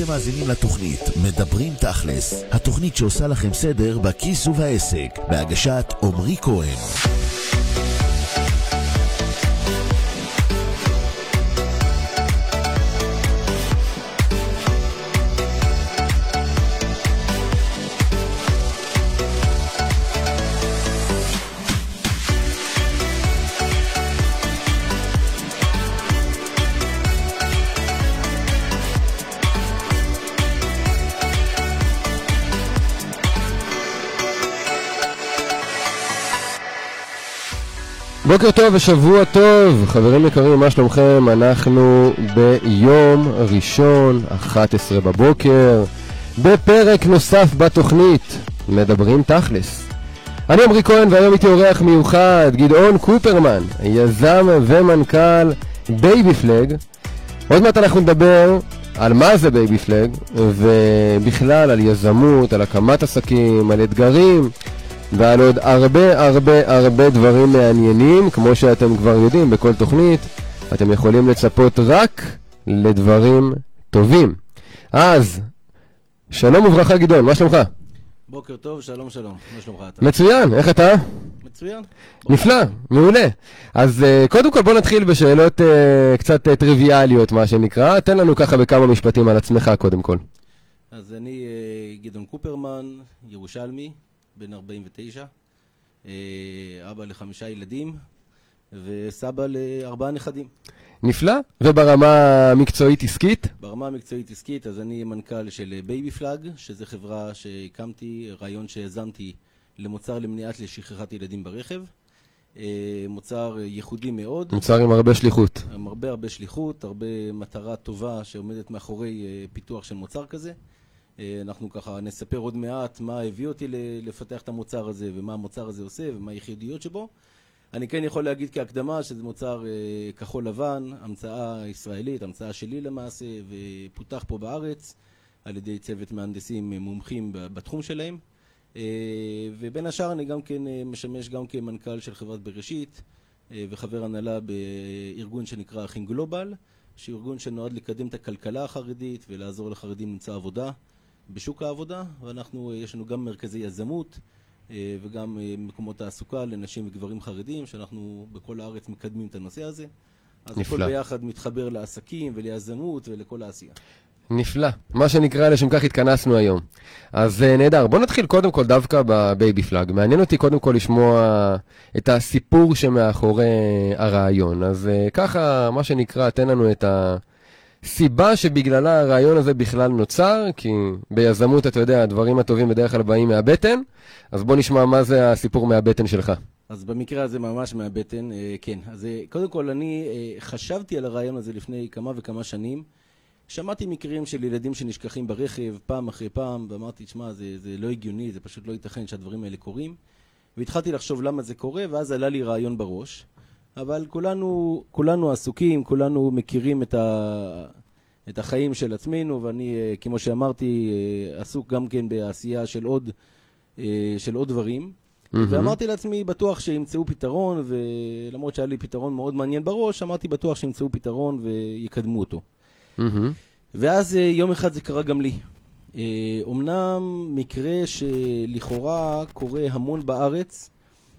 מאזינים לתוכנית מדברים תכלס, התוכנית שעושה לכם סדר בכיס ובעסק, בהגשת עומרי כהן. בוקר טוב ושבוע טוב, חברים יקרים, מה שלומכם? אנחנו ביום ראשון, 11 בבוקר, בפרק נוסף בתוכנית, מדברים תכלס. אני עומרי כהן והיום איתי אורח מיוחד, גדעון קופרמן, יזם ומנכ"ל בייבי פלג. עוד מעט אנחנו נדבר על מה זה בייבי פלג, ובכלל על יזמות, על הקמת עסקים, על אתגרים, ועל עוד הרבה דברים מעניינים. כמו שאתם כבר יודעים, בכל תוכנית אתם יכולים לצפות רק לדברים טובים. אז שלום וברכה גדעון, מה שלומך? בוקר טוב, שלום, מה שלומך אתה? מצוין, איך אתה? מצוין. נפלא, מעולה. אז קודם כל בוא נתחיל בשאלות קצת טריוויאליות, מה שנקרא. תן לנו ככה בכמה משפטים על עצמך קודם כל. אז אני גדעון קופרמן, ירושלמי, בן 49, אבא ל5 ילדים וסבא ל4 נכדים. נפלא. וברמה המקצועית עסקית? ברמה המקצועית עסקית, אז אני מנכ"ל של בייבי פלג, שזה חברה שהקמתי, רעיון שיזמתי למוצר למניעת לשכחת ילדים ברכב. מוצר ייחודי מאוד. מוצר עם הרבה שליחות. עם הרבה שליחות, הרבה מטרה טובה שעומדת מאחורי פיתוח של מוצר כזה. אנחנו ככה נספר עוד מעט מה הביא אותי לפתח את המוצר הזה ומה המוצר הזה עושה ומה היחידיות שבו. אני כן יכול להגיד כהקדמה שזה מוצר כחול לבן, המצאה ישראלית, המצאה שלי למעשה, ופותח פה בארץ על ידי צוות מהנדסים מומחים בתחום שלהם. ובין השאר אני גם כן משמש גם כמנכ"ל של חברת בראשית וחבר הנהלה בארגון שנקרא אחים גלובל, שהוא ארגון שנועד לקדם את הכלכלה החרדית ולעזור לחרדים למצוא עבודה בשוק העבודה, ואנחנו, יש לנו גם מרכזי יזמות וגם מקומות תעסוקה לנשים וגברים חרדים, שאנחנו בכל הארץ מקדמים את הנושא הזה. אז הכל ביחד מתחבר לעסקים וליזמות ולכל העשייה. נפלא. מה שנקרא לשם כך התכנסנו היום. אז נהדר, בוא נתחיל קודם כל דווקא בבייבי פלג. מעניין אותי קודם כל לשמוע את הסיפור שמאחורי הרעיון. אז ככה, מה שנקרא, תן לנו את הסיבה שבגללה הרעיון הזה בכלל נוצר, כי ביזמות, אתה יודע, הדברים הטובים בדרך כלל באים מהבטן. אז בוא נשמע מה זה הסיפור מהבטן שלך. אז במקרה הזה ממש מהבטן, כן. אז קודם כל אני חשבתי על הרעיון הזה לפני כמה וכמה שנים. שמעתי מקרים של ילדים שנשכחים ברכב פעם אחרי פעם, ואמרתי, תשמע, זה לא הגיוני, זה פשוט לא ייתכן שהדברים האלה קורים. והתחלתי לחשוב למה זה קורה, ואז עלה לי רעיון בראש. אבל כולנו עסוקים, כולנו מכירים את החיים של עצמנו, ואני, כמו שאמרתי, עסוק גם כן בעשייה של עוד דברים. ואמרתי לעצמי, בטוח שימצאו פתרון, ולמרות שהיה לי פתרון מאוד מעניין בראש, אמרתי בטוח שימצאו פתרון ויקדמו אותו. ואז יום אחד זה קרה גם לי. אומנם מקרה שלכאורה קורה המון בארץ,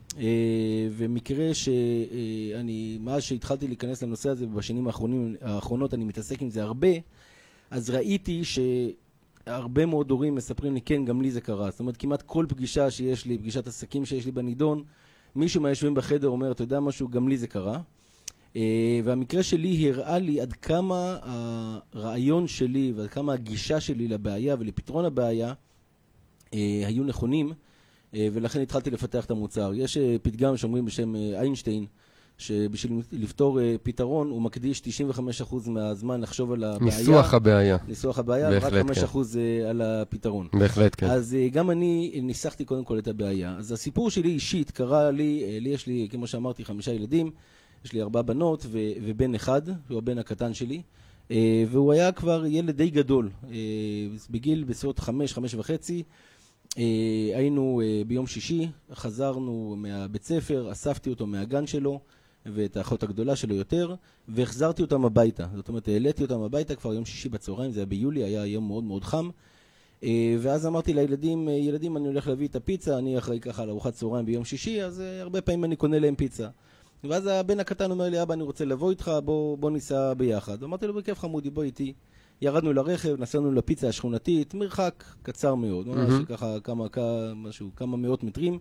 ומקרה שאני, מאז שהתחלתי להיכנס לנושא הזה ובשנים האחרונות אני מתעסק עם זה הרבה, אז ראיתי שהרבה מאוד הורים מספרים לי, כן, גם לי זה קרה. זאת אומרת, כמעט כל פגישה שיש לי, פגישת עסקים שיש לי בנידון, מישהו מהיושבים בחדר אומר, אתה יודע משהו, גם לי זה קרה. והמקרה שלי הראה לי עד כמה הרעיון שלי ועד כמה הגישה שלי לבעיה ולפתרון הבעיה היו נכונים, ולכן התחלתי לפתח את המוצר. יש פתגם שאומרים בשם איינשטיין, שבשביל לפתור פתרון הוא מקדיש 95% מהזמן לחשוב על הבעיה. ניסוח הבעיה, ורק 5% על הפתרון. בהחלט כן. אז גם אני ניסחתי קודם כל את הבעיה. אז הסיפור שלי אישית קרה לי יש לי, כמו שאמרתי, 5 ילדים. יש לי 4 בנות ובן אחד, הוא הבן הקטן שלי, והוא היה כבר ילד די גדול, בגיל בסביבות 5 וחצי, היינו ביום שישי, חזרנו מהבית ספר, אספתי אותו מהגן שלו, ואת האחות הגדולה שלו יותר, והחזרתי אותם הביתה. זאת אומרת, העליתי אותם הביתה כבר יום שישי בצהריים, זה היה ביולי, היה יום מאוד מאוד חם. ואז אמרתי לילדים, ילדים, אני הולך להביא את הפיצה, אני אחראי ככה על ארוחת צהריים ביום שישי, אז הרבה פעמים אני קונה להם פיצה. ואז הבן הקטן אומר לי, אבא, אני רוצה לבוא איתך, בוא ניסע ביחד. אמרתי לו, בכיף חמודי, בוא איתי. ירדנו לרכב, נסענו לפיצה השכונתית, מרחק קצר מאוד, ממש ככה כמה מאות מטרים.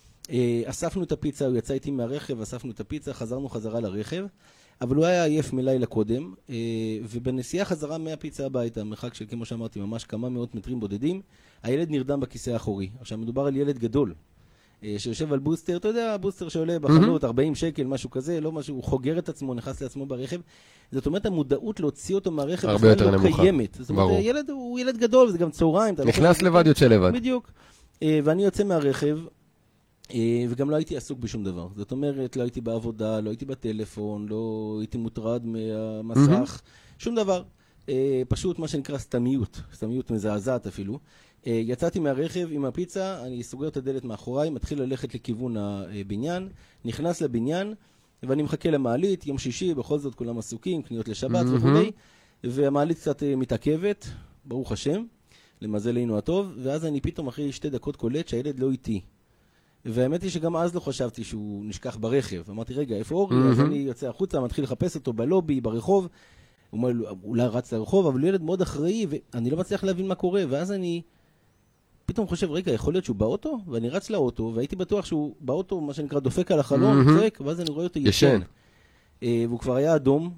אספנו את הפיצה, הוא יצא איתי מהרכב, אספנו את הפיצה, חזרנו חזרה לרכב, אבל הוא היה עייף מלילה קודם, ובנסיעה חזרה מהפיצה הביתה, מרחק של, כמו שאמרתי, ממש כמה מאות מטרים בודדים, הילד נרדם בכיסא האחורי. עכשיו, מדובר על ילד גדול, שיושב על בוסטר, אתה יודע, בוסטר שעולה בחנות, 40 שקל, משהו כזה, לא משהו, הוא חוגר את עצמו, נכנס לעצמו ברכב. זאת אומרת, המודעות להוציא אותו מהרכב הרבה יותר נמוכה. קיימת. זאת אומרת, הילד הוא ילד גדול, וזה גם צהריים. נכנס לבד, יוצא לבד. בדיוק. ואני יוצא מהרכב, וגם לא הייתי עסוק בשום דבר. זאת אומרת, לא הייתי בעבודה, לא הייתי בטלפון, לא הייתי מוטרד מהמסך, שום דבר. פשוט מה שנקרא סתמיות, סתמיות מזעזעת אפילו. יצאתי מהרכב עם הפיצה, אני סוגר את הדלת מאחוריי, מתחיל ללכת לכיוון הבניין, נכנס לבניין, ואני מחכה למעלית, יום שישי, בכל זאת כולם עסוקים, קניות לשבת וכו', והמעלית קצת מתעכבת, ברוך השם, למזלנו הטוב, ואז אני פתאום אחרי 2 דקות קולט שהילד לא איתי. והאמת היא שגם אז לא חשבתי שהוא נשכח ברכב. אמרתי, רגע, איפה אורי? אז אני יוצא החוצה, מתחיל לחפש אותו בלובי, ברחוב, הוא אומר, אולי רץ לרחוב, אבל הוא ילד מאוד אחראי, ואני לא מצליח להבין מה קורה, ואז אני פתאום חושב, רגע, יכול להיות שהוא באוטו? ואני רץ לאוטו, והייתי בטוח שהוא באוטו, מה שנקרא, דופק על החלון, צועק, ואז אני רואה אותו ישן. והוא כבר היה אדום,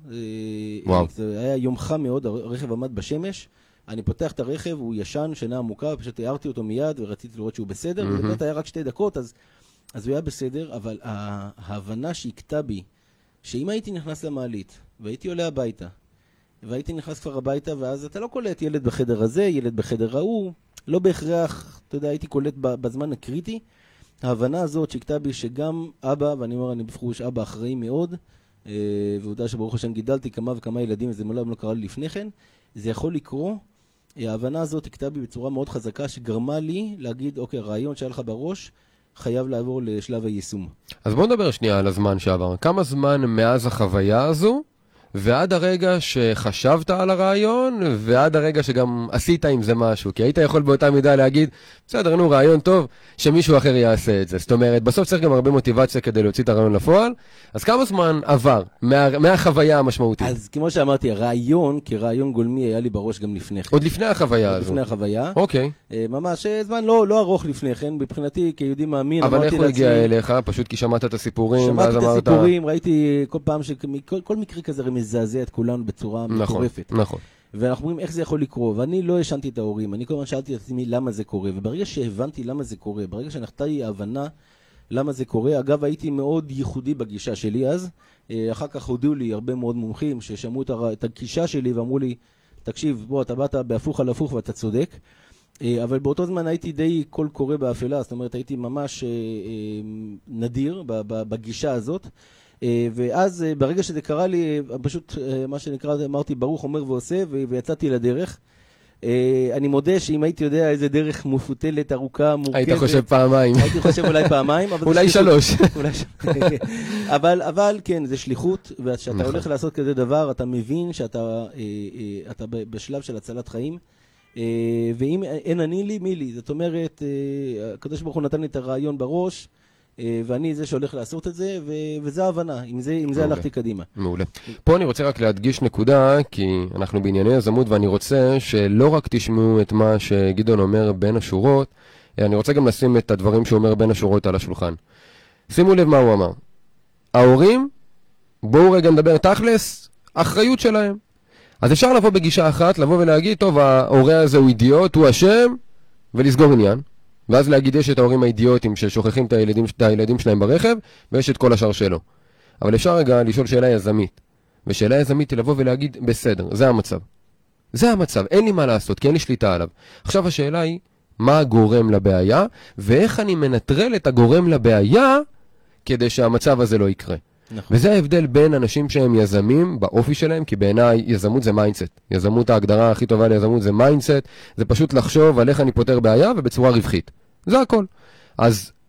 זה היה יום חם מאוד, הרכב עמד בשמש, אני פותח את הרכב, הוא ישן, שינה עמוקה, פשוט הערתי אותו מיד, ורציתי לראות שהוא בסדר, ובאמת היה רק 2 דקות, אז הוא היה בסדר, אבל ההבנה שהקטע בי, שאם הייתי נכנס למעלית, והייתי עולה הביתה, והייתי נכנס כבר הביתה, ואז אתה לא קולט ילד בחדר הזה, ילד בחדר ההוא, לא בהכרח, אתה יודע, הייתי קולט בזמן הקריטי. ההבנה הזאת שהקטע בי שגם אבא, ואני אומר, אני בפירוש אבא אחראי מאוד, ועובדה שברוך השם גידלתי כמה וכמה ילדים, וזה מעולם לא קרה לי לפני כן, זה יכול לקרות. ההבנה הזאת הקטע בי בצורה מאוד חזקה, שגרמה לי להגיד, אוקיי, הרעיון שהיה לך בראש, חייב לעבור לשלב היישום. אז בוא נדבר שנייה על הזמן שעבר. כמה זמן מאז החוויה הזו, ועד הרגע שחשבת על הרעיון, ועד הרגע שגם עשית עם זה משהו, כי היית יכול באותה מידה להגיד, בסדר, נו, רעיון טוב, שמישהו אחר יעשה את זה. זאת אומרת, בסוף צריך גם הרבה מוטיבציה כדי להוציא את הרעיון לפועל, אז כמה זמן עבר מהחוויה המשמעותית? אז כמו שאמרתי, הרעיון, כרעיון גולמי, היה לי בראש גם לפני כן. עוד לפני החוויה הזו. לפני החוויה. אוקיי. ממש, זמן לא ארוך לפני כן, מבחינתי כיהודי מאמין. אבל איך הוא הגיע אליך? פשוט כי שמעת את הסיפורים, ואז אמרת... שמעתי את הסיפורים, ראיתי כל פעם כל מקרה כזה מזעזע את כולנו בצורה מטורפת. נכון. ואנחנו אומרים איך זה יכול לקרות, ואני לא ישנתי את ההורים, אני כל הזמן שאלתי את עצמי למה זה קורה, וברגע שהבנתי למה זה קורה, ברגע שנחתה לי ההבנה למה זה קורה, אגב הייתי מאוד ייחודי בגישה שלי אז, אחר כך הודיעו לי הרבה מאוד מומחים ששמעו את הגישה שלי ואמרו לי, תקשיב, בוא, אתה באת בהפוך על הפוך ואתה צודק, אבל באותו זמן הייתי די קול קורא באפלה, זאת אומרת הייתי ממש נדיר בגישה הזאת, ואז ברגע שזה קרה לי, פשוט מה שנקרא, אמרתי ברוך אומר ועושה, ויצאתי לדרך. אני מודה שאם הייתי יודע איזה דרך מפותלת, ארוכה, מורכבת... היית חושב פעמיים. הייתי חושב אולי פעמיים. אולי 3. אבל כן, זה שליחות, וכשאתה הולך לעשות כזה דבר, אתה מבין שאתה בשלב של הצלת חיים, ואם אין אני לי, מי לי. זאת אומרת, הקדוש ברוך הוא נתן לי את הרעיון בראש, ואני זה שהולך לעשות את זה, וזה ההבנה, עם זה הלכתי קדימה. מעולה. פה אני רוצה רק להדגיש נקודה, כי אנחנו בענייני יזמות, ואני רוצה שלא רק תשמעו את מה שגדעון אומר בין השורות, אני רוצה גם לשים את הדברים שהוא אומר בין השורות על השולחן. שימו לב מה הוא אמר. ההורים, בואו רגע נדבר תכלס, אחריות שלהם. אז אפשר לבוא בגישה אחת, לבוא ולהגיד, טוב, ההורה הזה הוא אידיוט, הוא אשם, ולסגור עניין. ואז להגיד יש את ההורים האידיוטים ששוכחים את הילדים שלהם ברכב, ויש את כל השאר שלו. אבל אפשר רגע לשאול שאלה יזמית. ושאלה יזמית היא לבוא ולהגיד, בסדר, זה המצב. זה המצב, אין לי מה לעשות, כי אין לי שליטה עליו. עכשיו השאלה היא, מה הגורם לבעיה, ואיך אני מנטרל את הגורם לבעיה, כדי שהמצב הזה לא יקרה. נכון. וזה ההבדל בין אנשים שהם יזמים באופי שלהם, כי בעיניי יזמות זה מיינדסט. יזמות, ההגדרה הכי טובה ליזמות זה מיינדסט, זה פשוט לחשוב על איך אני פותר בעיה ובצורה רווחית. זה הכל. אז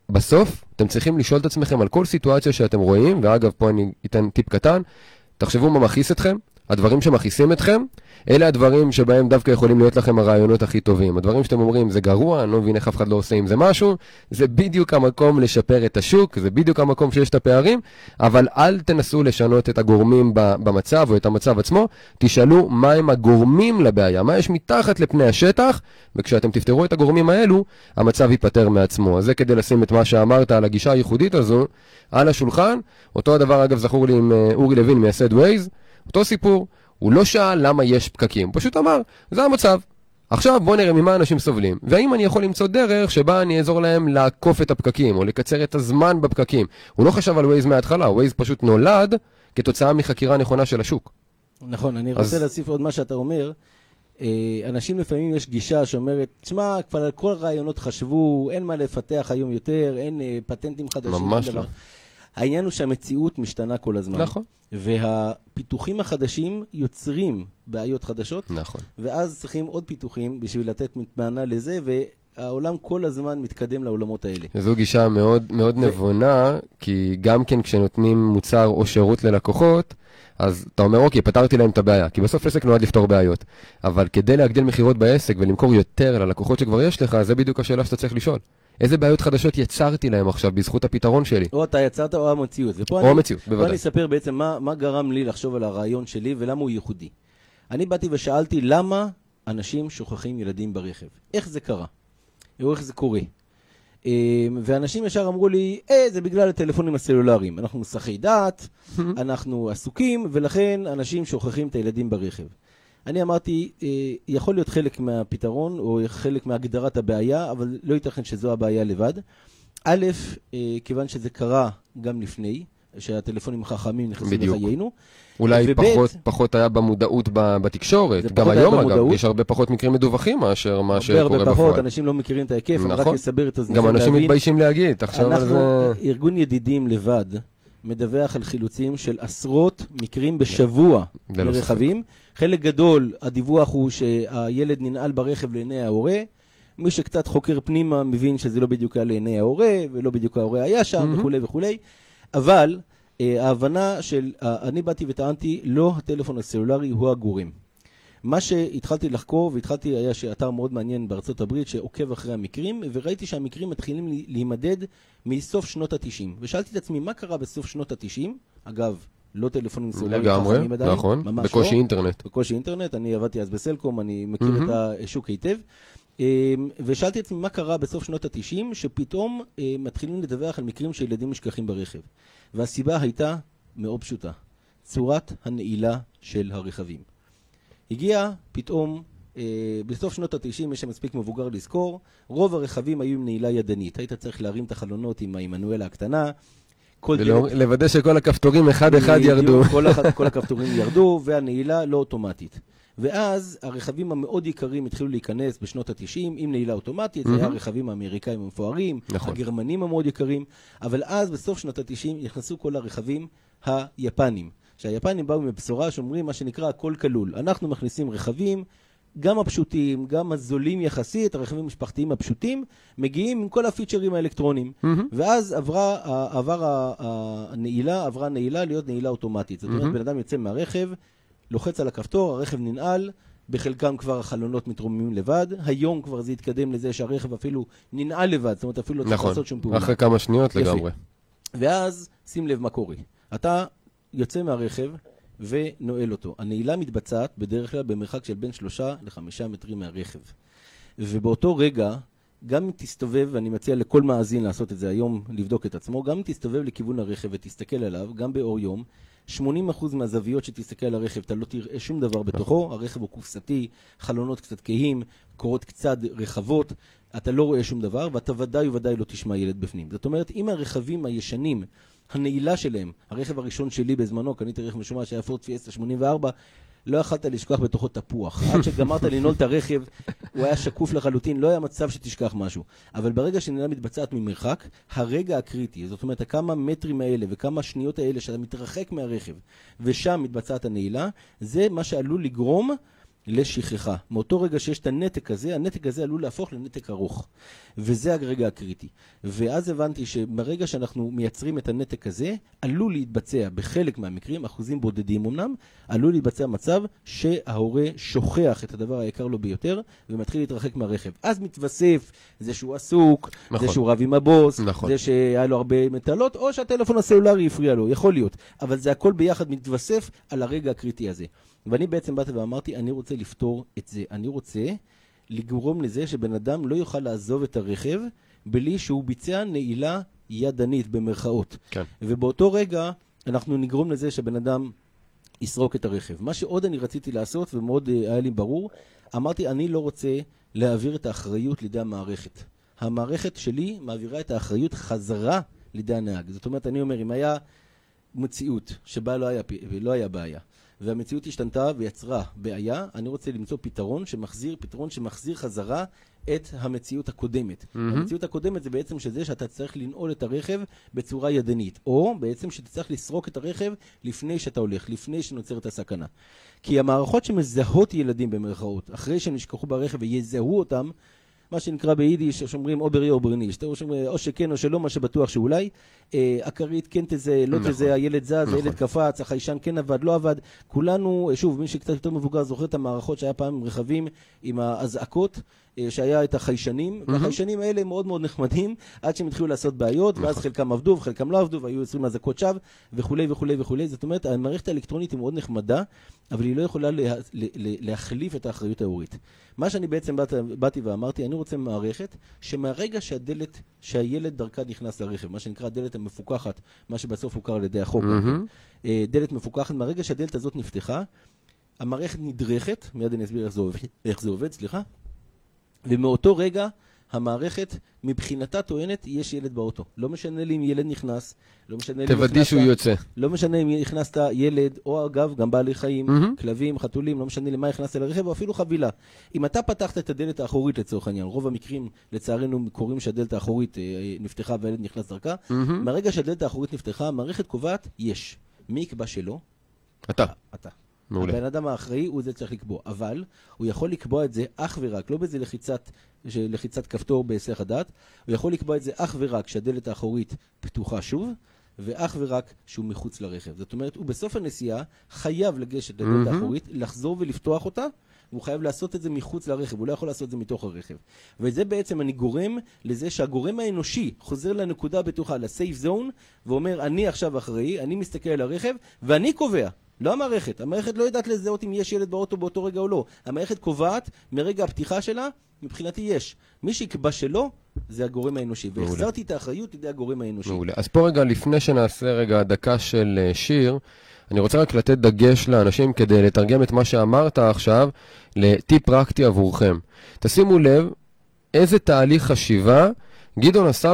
בסוף, אתם צריכים לשאול את עצמכם על כל סיטואציה שאתם רואים, ואגב, פה אני אתן טיפ קטן, תחשבו מה מכעיס אתכם, הדברים שמכעיסים אתכם, אלה הדברים שבהם דווקא יכולים להיות לכם הרעיונות הכי טובים. הדברים שאתם אומרים, זה גרוע, אני לא מבין איך אף אחד לא עושה עם זה משהו, זה בדיוק המקום לשפר את השוק, זה בדיוק המקום שיש את הפערים, אבל אל תנסו לשנות את הגורמים במצב או את המצב עצמו, תשאלו מה הם הגורמים לבעיה, מה יש מתחת לפני השטח, וכשאתם תפתרו את הגורמים האלו, המצב ייפטר מעצמו. אז זה כדי לשים את מה שאמרת על הגישה הייחודית הזו, על השולחן. אותו הדבר אגב זכור לי עם אורי לוין מייסד ווייז, אותו סיפור, הוא לא שאל למה יש פקקים, הוא פשוט אמר, זה המצב. עכשיו בוא נראה ממה אנשים סובלים, והאם אני יכול למצוא דרך שבה אני אעזור להם לעקוף את הפקקים, או לקצר את הזמן בפקקים. הוא לא חשב על ווייז מההתחלה, ווייז פשוט נולד כתוצאה מחקירה נכונה של השוק. נכון, אני רוצה להוסיף עוד מה שאתה אומר. אנשים לפעמים יש גישה שאומרת, תשמע, כבר על כל הרעיונות חשבו, אין מה לפתח היום יותר, אין פטנטים חדשים. ממש לא. העניין הוא שהמציאות משתנה כל הזמן. נכון. והפיתוחים החדשים יוצרים בעיות חדשות. נכון. ואז צריכים עוד פיתוחים בשביל לתת מענה לזה, והעולם כל הזמן מתקדם לעולמות האלה. זו גישה מאוד, מאוד נבונה, כי גם כן כשנותנים מוצר או שירות ללקוחות, אז אתה אומר, אוקיי, פתרתי להם את הבעיה, כי בסוף עסק נועד לפתור בעיות. אבל כדי להגדיל מחירות בעסק ולמכור יותר ללקוחות שכבר יש לך, זה בדיוק השאלה שאתה צריך לשאול. איזה בעיות חדשות יצרתי להם עכשיו בזכות הפתרון שלי? או אתה יצרת או המציאות. או המציאות, בוודאי. בוא אני אספר בעצם מה גרם לי לחשוב על הרעיון שלי ולמה הוא ייחודי. אני באתי ושאלתי למה אנשים שוכחים ילדים ברכב. איך זה קרה? או איך זה קורה? ואנשים ישר אמרו לי, זה בגלל הטלפונים הסלולריים. אנחנו מסחי דעת, אנחנו עסוקים, ולכן אנשים שוכחים את הילדים ברכב. אני אמרתי, יכול להיות חלק מהפתרון, או חלק מהגדרת הבעיה, אבל לא ייתכן שזו הבעיה לבד. א', כיוון שזה קרה גם לפני, שהטלפונים החכמים נכנסו לחיינו. אולי פחות היה במודעות בתקשורת. גם היום אגב, יש הרבה פחות מקרים מדווחים מאשר מה שקורה בפועל. הרבה פחות, אנשים לא מכירים את ההיקף, אני רק מסבר את הזמן. גם אנשים מתביישים להגיד. אנחנו, ארגון ידידים לבד, מדווח על חילוצים של עשרות מקרים בשבוע לרכבים. חלק גדול, הדיווח הוא שהילד ננעל ברכב לעיני ההורה. מי שקצת חוקר פנימה מבין שזה לא בדיוק היה לעיני ההורה, ולא בדיוק ההורה היה שם, וכו' וכו'. אבל ההבנה של, אני באתי וטענתי, לא הטלפון הסלולרי הוא הגורם. מה שהתחלתי לחקור, היה שאתר מאוד מעניין בארצות הברית שעוקב אחרי המקרים, וראיתי שהמקרים מתחילים להימדד מסוף שנות ה-90. ושאלתי את עצמי, מה קרה בסוף שנות ה-90? אגב, לא טלפונים סלולריים חכמים עדיין. נכון, בקושי אינטרנט. בקושי אינטרנט, אני עבדתי אז בסלקום, אני מכיר את השוק היטב. ושאלתי את עצמי, מה קרה בסוף שנות ה-90, שפתאום מתחילים לדווח על מקרים שילדים משכחים ברכב. והסיבה הייתה מאוד פשוטה. צורת הנעילה של הרכבים. הגיע פתאום, בסוף שנות ה-90, יש שם מספיק מבוגר לזכור, רוב הרכבים היו עם נעילה ידנית. היית צריך להרים את החלונות עם המנואלה הקטנה, לוודא שכל הכפתורים אחד ירדו. כל הכפתורים ירדו, והנעילה לא אוטומטית. ואז הרכבים המאוד יקרים התחילו להיכנס בשנות ה-90 עם נעילה אוטומטית, זה היה הרכבים האמריקאים המפוארים, הגרמנים המאוד יקרים, אבל אז בסוף שנות ה-90 נכנסו כל הרכבים היפנים. שהיפנים באו מבשורה שאומרים מה שנקרא הכל כלול. אנחנו מכניסים רכבים, גם הפשוטים, גם הזולים יחסית, הרכבים המשפחתיים הפשוטים, מגיעים עם כל הפיצ'רים האלקטרוניים. ואז עברה הנעילה להיות נעילה אוטומטית. זאת אומרת, בן אדם יוצא מהרכב, לוחץ על הכפתור, הרכב ננעל, בחלקם כבר החלונות מתרוממים לבד, היום כבר זה יתקדם לזה שהרכב אפילו ננעל לבד, זאת אומרת אפילו לא צריך לעשות שום פעולה. אחרי כמה שניות לגמרי. ואז שים לב מה קורה. אתה יוצא מהרכב ונועל אותו. הנעילה מתבצעת בדרך כלל במרחק של בין 3 ל-5 מטרים מהרכב. ובאותו רגע, גם אם תסתובב, ואני מציע לכל מאזין לעשות את זה היום, לבדוק את עצמו, גם אם תסתובב לכיוון הרכב ותסתכל עליו, גם באור יום, 80% מהזוויות שתסתכל על הרכב, אתה לא תראה שום דבר בתוכו, הרכב הוא קופסתי, חלונות קצת כהים, קורות קצת רחבות, אתה לא רואה שום דבר, ואתה ודאי לא תשמע ילד בפנים. זאת אומרת, אם הרכבים הישנים, הנעילה שלהם, הרכב הראשון שלי בזמנו, קניתי רכב משומש שהיה פורד פיאסטה 84, לא יכלת לשכוח בתוכו תפוח. עד שגמרת לנעול את הרכב, הוא היה שקוף לחלוטין, לא היה מצב שתשכח משהו. אבל ברגע שנעילה מתבצעת ממרחק, הרגע הקריטי, זאת אומרת, כמה מטרים האלה וכמה שניות האלה שאתה מתרחק מהרכב, ושם מתבצעת הנעילה, זה מה שעלול לגרום לשכחה. מאותו רגע שיש את הנתק הזה עלול להפוך לנתק ארוך. וזה הרגע הקריטי. ואז הבנתי שברגע שאנחנו מייצרים את הנתק הזה, עלול להתבצע בחלק מהמקרים, אחוזים בודדים אמנם, עלול להתבצע מצב שההורה שוכח את הדבר היקר לו ביותר, ומתחיל להתרחק מהרכב. אז מתווסף זה שהוא עסוק, נכון. זה שהוא רב עם הבוס, נכון. זה שהיה לו הרבה מטלות, או שהטלפון הסלולרי הפריע לו, יכול להיות. אבל זה הכל ביחד מתווסף על הרגע הקריטי הזה. ואני בעצם באתי ואמרתי, אני רוצה לפתור את זה. אני רוצה לגרום לזה שבן אדם לא יוכל לעזוב את הרכב בלי שהוא ביצע נעילה ידנית במרכאות. כן. ובאותו רגע אנחנו נגרום לזה שבן אדם יסרוק את הרכב. מה שעוד אני רציתי לעשות, ומאוד היה לי ברור, אמרתי, אני לא רוצה להעביר את האחריות לידי המערכת. המערכת שלי מעבירה את האחריות חזרה לידי הנהג. זאת אומרת, אני אומר, אם היה מציאות שבה לא היה בעיה, והמציאות השתנתה ויצרה בעיה, אני רוצה למצוא פתרון שמחזיר חזרה את המציאות הקודמת. המציאות הקודמת זה בעצם שזה שאתה צריך לנעול את הרכב בצורה ידנית, או בעצם שאתה צריך לסרוק את הרכב לפני שאתה הולך, לפני שנוצרת הסכנה. כי המערכות שמזהות ילדים במרכאות, אחרי שהם נשכחו ברכב ויזהו אותם, מה שנקרא ביידיש, שאומרים או ברי או ברניש, או שכן או שלא, מה שבטוח שאולי, הכרית כן תזה, לא תזה, הילד זז, הילד קפץ, החיישן כן עבד, לא עבד, כולנו, שוב, מי שקצת יותר מבוגר זוכר את המערכות שהיה פעם רכבים עם האזעקות, שהיה את החיישנים, והחיישנים האלה מאוד מאוד נחמדים, עד שהם התחילו לעשות בעיות, ואז חלקם עבדו וחלקם לא עבדו, והיו 20 אזעקות שווא, וכולי וכולי וכולי. זאת אומרת, המערכת האלקטרונית היא מאוד נחמדה, אבל היא לא יכולה להחליף את האחריות ההורית. מה שאני בעצם באתי ואמרתי, אני רוצה מערכת שמהרגע שהילד דרכה נכנס לרכב, מה שנקרא הדלת המפוקחת, מה שבסוף הוכר על ידי החוק, דלת מפוקחת, מהרגע שהדלת הזאת נפתחה, המערכת נדרכת, מיד אני אסביר איך זה עובד, סליחה, ומאותו רגע המערכת מבחינתה טוענת יש ילד באוטו. לא משנה לי אם ילד נכנס, לא משנה לי תוודאי שהוא יוצא. לא משנה אם הכנסת ילד, או אגב, גם בעלי חיים, כלבים, חתולים, לא משנה למה הכנסת לרכב, או אפילו חבילה. אם אתה פתחת את הדלת האחורית לצורך העניין, רוב המקרים לצערנו קוראים שהדלת האחורית נפתחה והילד נכנס דרכה, מהרגע שהדלת האחורית נפתחה, המערכת קובעת יש. מי יקבע שלא? אתה. מעולה. הבן אדם האחראי הוא זה צריך לקבוע, אבל הוא יכול לקבוע את זה אך ורק, לא בזה לחיצת כפתור בהיסח הדעת, הוא יכול לקבוע את זה אך ורק שהדלת האחורית פתוחה שוב, ואך ורק שהוא מחוץ לרכב. זאת אומרת, הוא בסוף הנסיעה חייב לגשת לדלת האחורית, לחזור ולפתוח אותה, והוא חייב לעשות את זה מחוץ לרכב, הוא לא יכול לעשות את זה מתוך הרכב. וזה בעצם אני גורם לזה שהגורם האנושי חוזר לנקודה בטוחה, לסייף זון, ואומר, אני עכשיו אחראי, אני מסתכל על הרכב, ואני קובע. לא המערכת. המערכת לא יודעת לזהות אם יש ילד באוטו באותו רגע או לא. המערכת קובעת מרגע הפתיחה שלה, מבחינתי יש. מי שיקבע שלא, זה הגורם האנושי. והחזרתי את האחריות לידי הגורם האנושי. מעולה. אז פה רגע, לפני שנעשה רגע דקה של שיר, אני רוצה רק לתת דגש לאנשים כדי לתרגם את מה שאמרת עכשיו לטיפ פרקטי עבורכם. תשימו לב איזה תהליך חשיבה גדעון עשה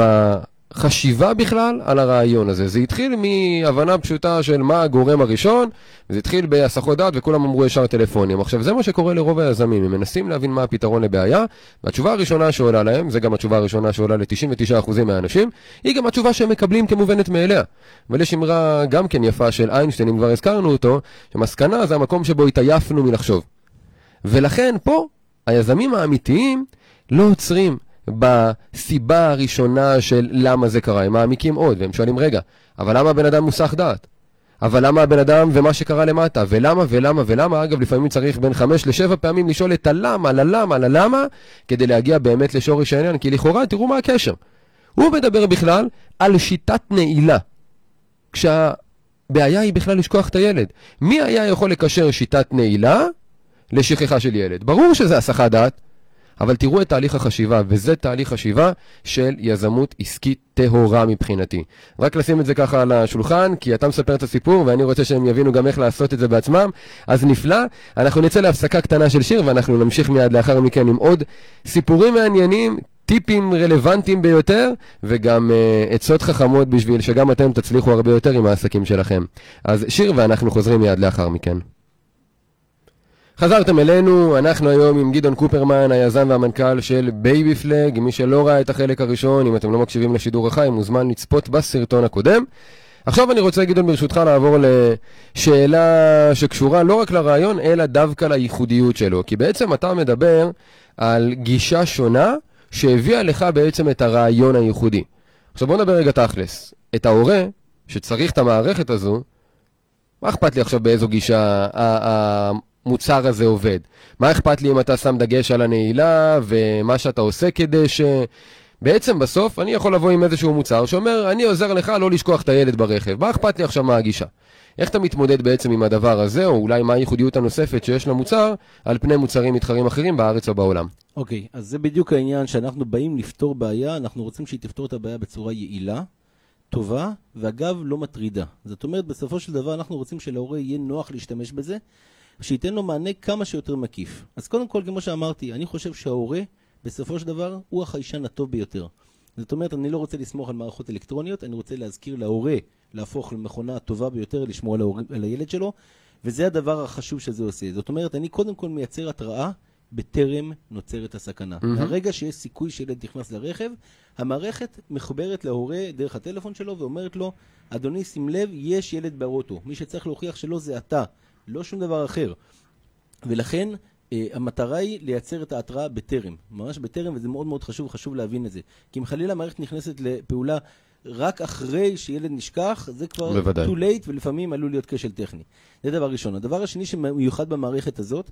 חשיבה בכלל על הרעיון הזה. זה התחיל מהבנה פשוטה של מה הגורם הראשון, וזה התחיל בהסחות דעת וכולם אמרו ישר טלפונים. עכשיו זה מה שקורה לרוב היזמים, הם מנסים להבין מה הפתרון לבעיה, והתשובה הראשונה שעולה להם, זה גם התשובה הראשונה שעולה ל-99% מהאנשים, היא גם התשובה שהם מקבלים כמובנת מאליה. אבל יש אמרה גם כן יפה של איינשטיין, אם כבר הזכרנו אותו, שמסקנה זה המקום שבו התעייפנו מלחשוב. ולכן פה היזמים האמיתיים לא עוצרים בסיבה הראשונה של למה זה קרה, הם מעמיקים עוד, והם שואלים רגע, אבל למה הבן אדם מוסך דעת? אבל למה הבן אדם ומה שקרה למטה? ולמה? אגב, לפעמים צריך בין 5 ל7 פעמים לשאול את הלמה, כדי להגיע באמת לשורש העניין, כי לכאורה, תראו מה הקשר. הוא מדבר בכלל על שיטת נעילה, כשהבעיה היא בכלל לשכוח את הילד. מי היה יכול לקשר שיטת נעילה לשכחה של ילד? ברור שזה הסחת דעת, אבל תראו את תהליך החשיבה, וזה תהליך חשיבה של יזמות עסקית טהורה מבחינתי. רק לשים את זה ככה על השולחן, כי אתה מספר את הסיפור, ואני רוצה שהם יבינו גם איך לעשות את זה בעצמם. אז נפלא, אנחנו נצא להפסקה קטנה של שיר, ואנחנו נמשיך מיד לאחר מכן עם עוד סיפורים מעניינים, טיפים רלוונטיים ביותר, וגם עצות חכמות בשביל שגם אתם תצליחו הרבה יותר עם העסקים שלכם. אז שיר, ואנחנו חוזרים מיד לאחר מכן. חזרתם אלינו, אנחנו היום עם גדעון קופרמן, היזם והמנכ"ל של בייבי פלג. מי שלא ראה את החלק הראשון, אם אתם לא מקשיבים לשידור החי, מוזמן לצפות בסרטון הקודם. עכשיו אני רוצה, גדעון, ברשותך לעבור לשאלה שקשורה לא רק לרעיון, אלא דווקא לייחודיות שלו. כי בעצם אתה מדבר על גישה שונה שהביאה לך בעצם את הרעיון הייחודי. עכשיו בוא נדבר רגע תכלס. את ההורה שצריך את המערכת הזו, מה אכפת לי עכשיו באיזו גישה המוצר הזה עובד? מה אכפת לי אם אתה שם דגש על הנעילה ומה שאתה עושה כדי ש... בעצם בסוף אני יכול לבוא עם איזשהו מוצר שאומר, אני עוזר לך לא לשכוח את הילד ברכב. מה אכפת לי עכשיו מה הגישה? איך אתה מתמודד בעצם עם הדבר הזה, או אולי מה הייחודיות הנוספת שיש למוצר על פני מוצרים מתחרים אחרים בארץ או בעולם? אוקיי, אז זה בדיוק העניין שאנחנו באים לפתור בעיה, אנחנו רוצים שהיא תפתור את הבעיה בצורה יעילה, טובה, ואגב לא מטרידה. זאת אומרת, בסופו של דבר אנחנו רוצים שלהורה יהיה נוח להשתמש בזה, שייתן לו מענה כמה שיותר מקיף. אז קודם כל, כמו שאמרתי, אני חושב שההורה בסופו של דבר הוא החיישן הטוב ביותר. זאת אומרת, אני לא רוצה לסמוך על מערכות אלקטרוניות, אני רוצה להזכיר להורה להפוך למכונה הטובה ביותר לשמור על הילד שלו, וזה הדבר החשוב שזה עושה. זאת אומרת, אני קודם כל מייצר התראה בטרם נוצרת הסכנה. מהרגע שיש סיכוי שילד נכנס לרכב, המערכת מחוברת להורה דרך הטלפון שלו ואומרת לו, אדוני, שים לב, יש ילד באוטו. מי שצריך להוכיח שלא זה אתה, לא שום דבר אחר. ולכן המטרה היא לייצר את ההתראה בטרם, ממש בטרם, וזה מאוד מאוד חשוב להבין את זה. כי אם חלילה המערכת נכנסת לפעולה רק אחרי שילד נשכח, זה כבר בוודאי. too late, ולפעמים עלול להיות כשל טכני. זה דבר ראשון. הדבר השני שמיוחד במערכת הזאת,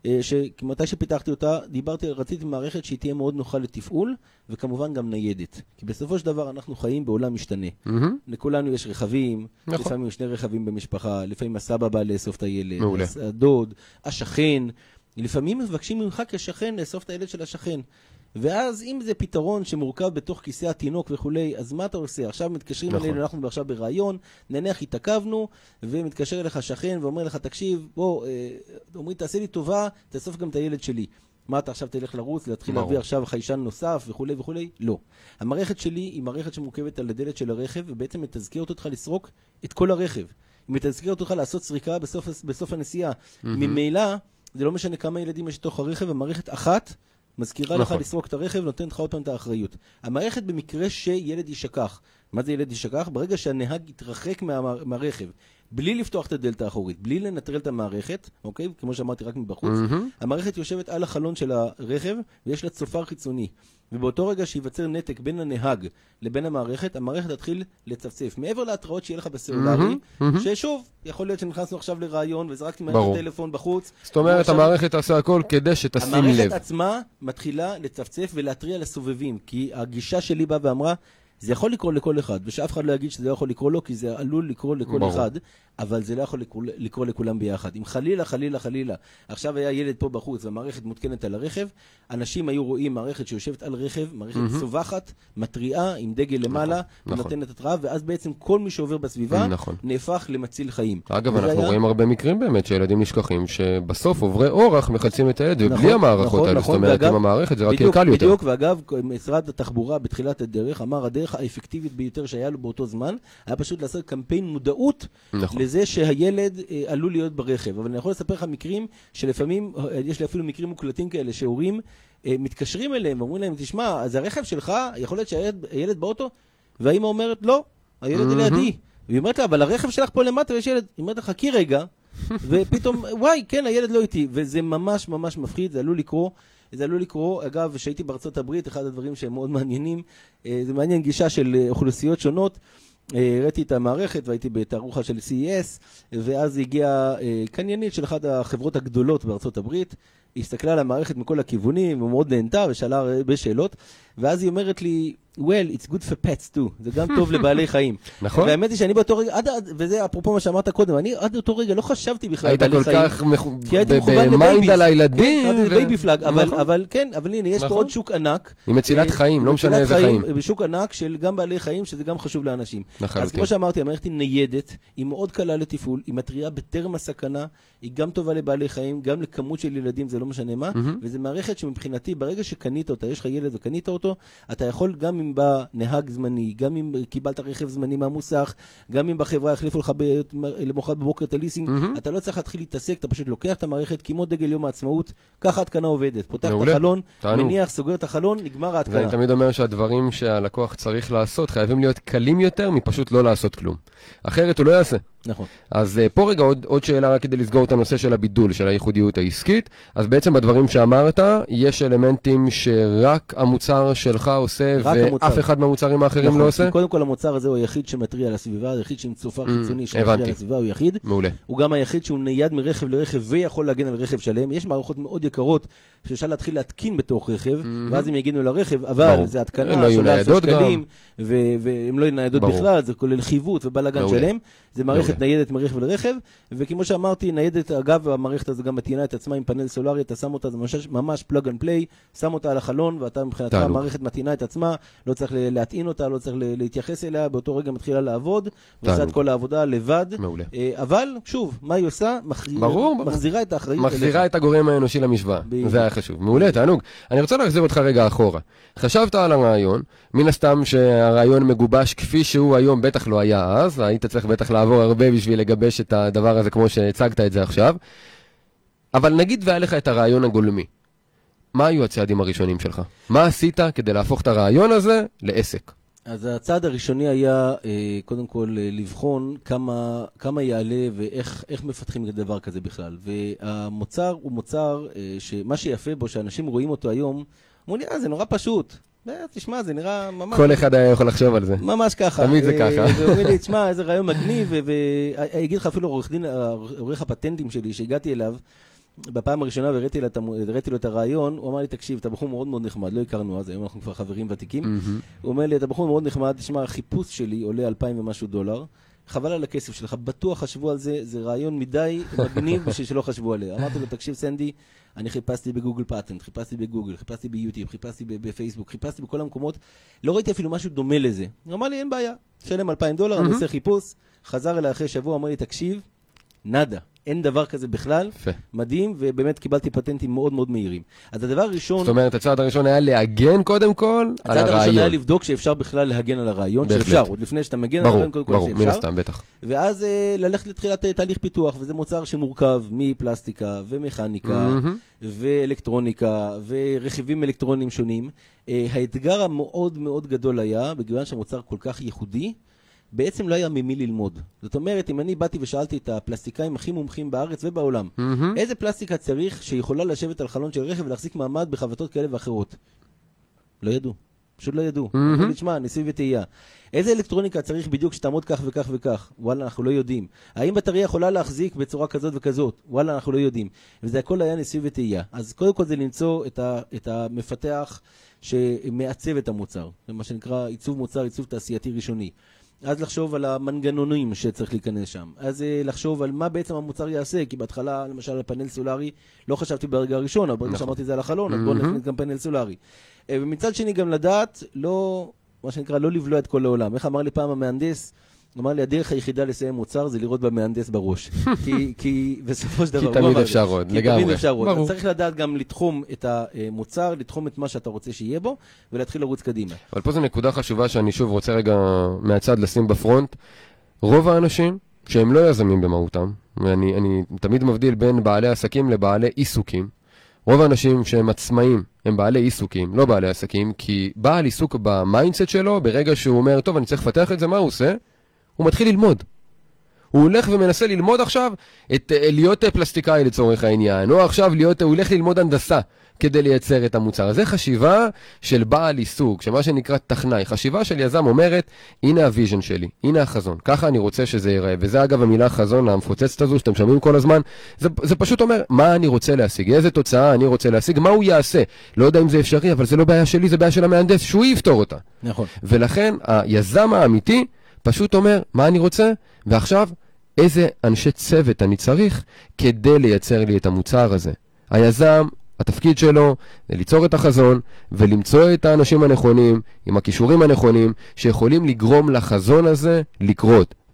שמתי שפיתחתי אותה, רציתי מערכת שהיא תהיה מאוד נוחה לתפעול, וכמובן גם ניידת. כי בסופו של דבר אנחנו חיים בעולם משתנה. לכולנו יש רכבים, לפעמים יש שני רכבים במשפחה, לפעמים הסבא בא לאסוף את הילד, הדוד, השכן, לפעמים מבקשים ממך כשכן לאסוף את הילד של השכן. ואז אם זה פתרון שמורכב בתוך כיסא התינוק וכולי, אז מה אתה עושה? עכשיו מתקשרים אלינו, אנחנו עכשיו ברעיון, נניח התעכבנו, ומתקשר אליך שכן ואומר לך, תקשיב, בוא, אומרים, תעשה לי טובה, תאסוף גם את הילד שלי. מה אתה עכשיו תלך לרוץ, להתחיל להביא עכשיו חיישן נוסף וכולי וכולי? לא. המערכת שלי היא מערכת שמורכבת על הדלת של הרכב, ובעצם מתזכרת אותך לסרוק את כל הרכב. היא מתזכרת אותך לעשות סריקה בסוף הנסיעה. ממילא, זה לא משנה כמה ילדים יש בתוך הרכב, המערכת אחת מזכירה לך לסרוק את הרכב, נותנת לך עוד פעם את האחריות. המערכת במקרה שילד ישכח. מה זה ילד ישכח? ברגע שהנהג יתרחק מהרכב, בלי לפתוח את הדלת האחורית, בלי לנטרל את המערכת, אוקיי? כמו שאמרתי, רק מבחוץ, המערכת יושבת על החלון של הרכב, ויש לה צופר חיצוני. ובאותו רגע שיווצר נתק בין הנהג לבין המערכת, המערכת תתחיל לצפצף. מעבר להתראות שיהיה לך בסלולרי, ששוב, יכול להיות שנכנסנו עכשיו לרעיון, וזרקתי מערכת טלפון בחוץ. זאת אומרת, המערכת תעשה הכל כדי שתשים לב. המערכת עצמה מתחילה לצפצף ולהטריע לסובבים, כי הגישה שלי באה ואמרה, זה יכול לקרוא לכל אחד, ושאף אחד לא יגיד שזה לא יכול לקרוא לו, כי זה עלול לקרוא לכל אחד, אבל זה לא יכול לקרוא לכולם ביחד. אם חלילה, עכשיו היה ילד פה בחוץ, והמערכת מותקנת על הרכב, אנשים היו רואים מערכת שיושבת על רכב, מערכת סובחת, מטריעה, עם דגל למעלה, ונותנת התראה, ואז בעצם כל מי שעובר בסביבה, נהפך למציל חיים. אגב, אנחנו רואים הרבה מקרים באמת, שילדים נשכחים, שבסוף עוברי אורח מחלצים את הילד, ובלי המערכות האלה, זאת אומרת, עם המערכת זה רק קל יותר. בדיוק, ואגב, משרד התחבורה בתחילת הדרך אמר, הדרך האפקטיבית ביותר שהיה לו באותו זמן, היה פשוט לעשות קמפיין מודעות לזה שהילד עלול להיות ברכב. אבל אני יכול לספר לך מקרים שלפעמים, יש לי אפילו מקרים מוקלטים כאלה, שהורים מתקשרים אליהם, ואומרים להם, תשמע, אז הרכב שלך, יכול להיות שהילד באוטו? והאמא אומרת, לא, הילד לידי. והיא אומרת לה, אבל הרכב שלך פה למטה ויש ילד. היא אומרת לך, חכי רגע, ופתאום, וואי, כן, הילד לא איתי. וזה ממש ממש מפחיד, זה עלול לקרוא, אגב, שהייתי בארצות הברית, אחד הדברים שהם מאוד מעניינים, זה מעניין גישה של אוכלוסיות שונות, ראיתי את המערכת והייתי בתערוכה של CES, ואז הגיעה קניינית של אחת החברות הגדולות בארצות הברית, היא הסתכלה על המערכת מכל הכיוונים, ומאוד נהנתה ושאלה הרבה שאלות, ואז היא אומרת לי, well, it's good for pets too, זה גם טוב לבעלי חיים. נכון. והאמת היא שאני באותו רגע, וזה אפרופו מה שאמרת קודם, אני עד אותו רגע לא חשבתי בכלל בעלי חיים. היית כל כך במיינד על הילדים. בייבי פלאג, אבל כן, אבל הנה, יש פה עוד שוק ענק. היא מצילת חיים, לא משנה איזה חיים. בשוק ענק של גם בעלי חיים, שזה גם חשוב לאנשים. אז כמו שאמרתי, המערכת היא ניידת, היא מאוד קלה לתפעול, היא מטריעה בטרם הסכנה, היא גם טובה לבעלי חיים, גם לכמות של ילדים, זה זה לא משנה מה, וזה מערכת שמבחינתי, ברגע שקנית אותה, יש לך ילד וקנית אותו, אתה יכול גם אם בא נהג זמני, גם אם קיבלת רכב זמני מהמוסך, גם אם בחברה החליפו לך למחרת בבוקר את הליסינג, אתה לא צריך להתחיל להתעסק, אתה פשוט לוקח את המערכת כמו דגל יום העצמאות, ככה התקנה עובדת. פותח את החלון, מניח, סוגר את החלון, נגמר ההתקנה. ואני תמיד אומר שהדברים שהלקוח צריך לעשות חייבים להיות קלים יותר מפשוט לא לעשות כלום. אחרת הוא לא יעשה. נכון. אז פה רגע עוד שאלה רק כדי לסגור את הנושא של הבידול, של הייחודיות העסקית. אז בעצם בדברים שאמרת, יש אלמנטים שרק המוצר שלך עושה, ואף אחד מהמוצרים האחרים נכון. לא עושה? קודם כל המוצר הזה הוא היחיד שמטריע על הסביבה, היחיד עם צופר חיצוני שמטריע על הסביבה, הוא יחיד. מעולה. הוא גם היחיד שהוא נייד מרכב לרכב ויכול להגן על רכב שלם. יש מערכות מאוד יקרות שאפשר להתחיל להתקין בתוך רכב, ואז הם יגינו לרכב, אבל זה התקנה של 10 שקלים, והם לא ניידות בכלל, זה כולל חיווט ובלגן שלם. זה מערכת ניידת מרכב לרכב, וכמו שאמרתי, ניידת, אגב, המערכת הזו גם מתאינה את עצמה עם פאנל סולרי, אתה שם אותה, זה ממש פלאג אנד פליי, שם אותה על החלון, ואתה מבחינתך המערכת מתאינה את עצמה, לא צריך להטעין אותה, לא צריך להתייחס אליה, באותו רגע מתחילה לעבוד, ועושה את כל העבודה לבד. מעולה. אבל, שוב, מה היא עושה? מחזירה את האחריות. מחזירה את הגורם האנושי למשוואה. זה היה חשוב. מעולה, תענוג. אני רוצה להחזיר אותך רגע אחורה. חשבת על הרעיון, מן הסתם שהרעיון מגובש כפי שהוא היום בטח לא היה אז, היית צריך בטח לעבור הרבה בשביל לגבש את הדבר הזה כמו שהצגת את זה עכשיו, אבל נגיד והיה לך את הרעיון הגולמי. מה היו הצעדים הראשונים שלך? מה עשית כדי להפוך את הרעיון הזה לעסק? אז הצעד הראשוני היה קודם כל לבחון כמה יעלה ואיך מפתחים את הדבר כזה בכלל. והמוצר הוא מוצר שמה שיפה בו שאנשים רואים אותו היום, אומרים לי, זה נורא פשוט. תשמע, זה נראה ממש... כל אחד היה יכול לחשוב על זה. ממש ככה. תמיד זה ככה. ואומרים לי, תשמע, איזה רעיון מגניב, ואגיד לך אפילו עורך הפטנטים שלי שהגעתי אליו, בפעם הראשונה והראיתי לו את הרעיון, הוא אמר לי, תקשיב, אתה בחור מאוד מאוד נחמד, לא הכרנו אז, היום אנחנו כבר חברים ותיקים, הוא אומר לי, אתה בחור מאוד נחמד, תשמע, החיפוש שלי עולה 2,000 ומשהו דולר, חבל על הכסף שלך, בטוח חשבו על זה, זה רעיון מדי מגניב בשביל שלא חשבו עליה. אמרתי לו, תקשיב סנדי, אני חיפשתי בגוגל פטנט, חיפשתי בגוגל, חיפשתי ביוטיוב, חיפשתי בפייסבוק, חיפשתי בכל המקומות, לא ראיתי אפילו משהו דומה לזה. הוא אמר לי, אין בעיה, שלם 2,000 דולר, אני עושה חיפוש, חזר אליי אחרי שבוע, אמר לי, תקשיב, נדה. אין דבר כזה בכלל, מדהים, ובאמת קיבלתי פטנטים מאוד מאוד מהירים. אז הדבר הראשון... זאת אומרת, הצעד הראשון היה להגן קודם כל על הרעיון. הצעד הראשון היה לבדוק שאפשר בכלל להגן על הרעיון, שאפשר, עוד לפני שאתה מגן על הרעיון, קודם כל שאפשר. ברור, מן הסתם, בטח. ואז ללכת לתחילת תהליך פיתוח, וזה מוצר שמורכב מפלסטיקה ומכניקה ואלקטרוניקה ורכיבים אלקטרוניים שונים. האתגר המאוד מאוד גדול היה, בגלל שהמוצר כל כך ייחודי, בעצם לא היה ממי ללמוד. זאת אומרת, אם אני באתי ושאלתי את הפלסטיקאים הכי מומחים בארץ ובעולם, איזה פלסטיקה צריך שיכולה לשבת על חלון של רכב ולהחזיק מעמד בחבטות כאלה ואחרות? לא ידעו. פשוט לא ידעו. אמרו לי, תשמע, ניסוי וטעייה. איזה אלקטרוניקה צריך בדיוק שתעמוד כך וכך וכך? וואלה, אנחנו לא יודעים. האם בטריה יכולה להחזיק בצורה כזאת וכזאת? וואלה, אנחנו לא יודעים. וזה הכל היה ניסוי וטעייה. אז קודם כל זה למצוא את המפתח שמעצב את המוצר. זה מה שנקרא עיצוב מוצר, עיצוב תעשייתי ראשוני. אז לחשוב על המנגנונים שצריך להיכנס שם. אז לחשוב על מה בעצם המוצר יעשה, כי בהתחלה, למשל, על פאנל סולרי, לא חשבתי ברגע הראשון, אבל ברגע שאמרתי זה על החלון, אז בואו נכניס גם פאנל סולרי. ומצד שני גם לדעת, לא, מה שנקרא, לא לבלוע את כל העולם. איך אמר לי פעם המהנדס, אמר לי, הדרך היחידה לסיים מוצר זה לראות במהנדס בראש. כי בסופו של דבר... כי תמיד אפשר עוד, לגמרי. תמיד אפשר עוד. צריך לדעת גם לתחום את המוצר, לתחום את מה שאתה רוצה שיהיה בו, ולהתחיל לרוץ קדימה. אבל פה זו נקודה חשובה שאני שוב רוצה רגע מהצד לשים בפרונט. רוב האנשים שהם לא יזמים במהותם, ואני תמיד מבדיל בין בעלי עסקים לבעלי עיסוקים, רוב האנשים שהם עצמאים הם בעלי עיסוקים, לא בעלי עסקים, כי בעל עיסוק במיינדסט שלו, ברגע שהוא אומר, טוב, אני צריך לפתח את זה, מה הוא עושה? הוא מתחיל ללמוד. הוא הולך ומנסה ללמוד עכשיו להיות פלסטיקאי לצורך העניין, או עכשיו הוא הולך ללמוד הנדסה כדי לייצר את המוצר. אז זה חשיבה של בעל עיסוק, שמה שנקרא טכנאי. חשיבה של יזם אומרת, הנה הוויז'ן שלי, הנה החזון, ככה אני רוצה שזה ייראה. וזה אגב המילה חזון, המפוצצת הזו שאתם שומעים כל הזמן, זה פשוט אומר, מה אני רוצה להשיג, איזה תוצאה אני רוצה להשיג, מה הוא יעשה. לא יודע אם זה אפשרי, אבל זה לא בעיה שלי, זה בעיה של המהנדס, שהוא יפתור אותה. נכון. ולכן היזם האמיתי פשוט אומר, מה אני רוצה, ועכשיו איזה אנשי צוות אני צריך כדי לייצר לי את המוצר הזה. היזם, התפקיד שלו, זה ליצור את החזון, ולמצוא את האנשים הנכונים, עם הכישורים הנכונים, שיכולים לגרום לחזון הזה לקרות.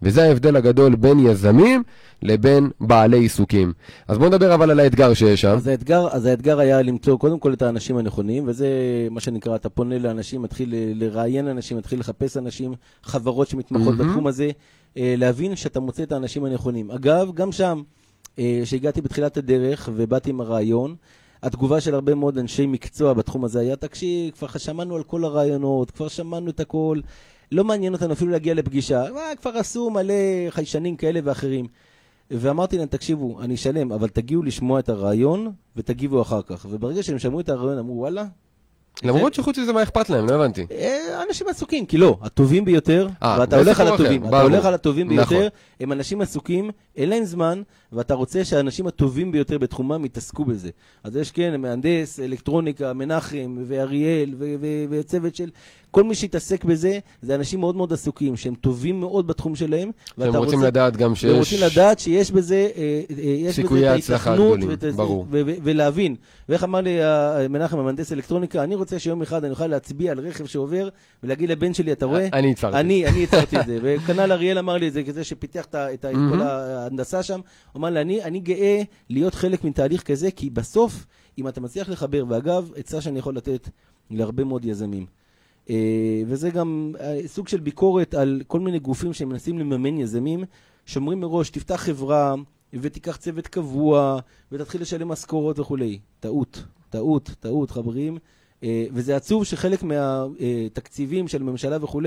וזה ההבדל הגדול בין יזמים לבין בעלי עיסוקים. אז בואו נדבר אבל על האתגר שיש שם. אז האתגר היה למצוא קודם כל את האנשים הנכונים, וזה מה שנקרא, אתה פונה לאנשים, מתחיל לראיין אנשים, מתחיל לחפש אנשים, חברות שמתמחות בתחום הזה, להבין שאתה מוצא את האנשים הנכונים. אגב, גם שם, שהגעתי בתחילת הדרך ובאתי עם הרעיון, התגובה של הרבה מאוד אנשי מקצוע בתחום הזה היה, תקשיב, כבר שמענו על כל הרעיונות, כבר שמענו את הכל, לא מעניין אותנו אפילו להגיע לפגישה, כבר עשו מלא חיישנים כאלה ואחרים. ואמרתי להם, תקשיבו, אני אשלם, אבל תגיעו לשמוע את הרעיון ותגיבו אחר כך. וברגע שהם שמעו את הרעיון, אמרו, וואלה. למרות שחוץ מזה מה אכפת להם, לא הבנתי. אנשים עסוקים, כי לא, הטובים ביותר, ואתה הולך על הטובים, אתה הולך על הטובים ביותר, הם אנשים עסוקים, אין להם זמן, ואתה רוצה שהאנשים הטובים ביותר בתחומם יתעסקו בזה. אז יש כן, מהנדס, אלקטרוניקה, מנחם ואריאל וצוות של... כל מי שיתעסק בזה, זה אנשים מאוד מאוד עסוקים, שהם טובים מאוד בתחום שלהם. והם רוצים לדעת גם שיש... והם רוצים לדעת שיש בזה סיכויי הצלחה גדולים, ברור. ולהבין. ואיך אמר לי מנחם, המהנדס אלקטרוניקה, אני רוצה שיום אחד אני אוכל להצביע על רכב שעובר, ולהגיד לבן שלי, אתה רואה? אני יצרתי. אני יצרתי את זה. וכנ"ל אריאל אמר לי את זה, כזה שפיתח את כל ההנדסה שם. הוא אמר לי, אני גאה להיות חלק מתהליך כזה, כי בסוף, אם אתה מצליח לחבר, ואגב, עצה שאני יכול לתת להרבה מאוד יזמים. וזה גם סוג של ביקורת על כל מיני גופים שמנסים לממן יזמים, שאומרים מראש, תפתח חברה ותיקח צוות קבוע ותתחיל לשלם משכורות וכו'. טעות, חברים. וזה עצוב שחלק מהתקציבים של הממשלה וכו'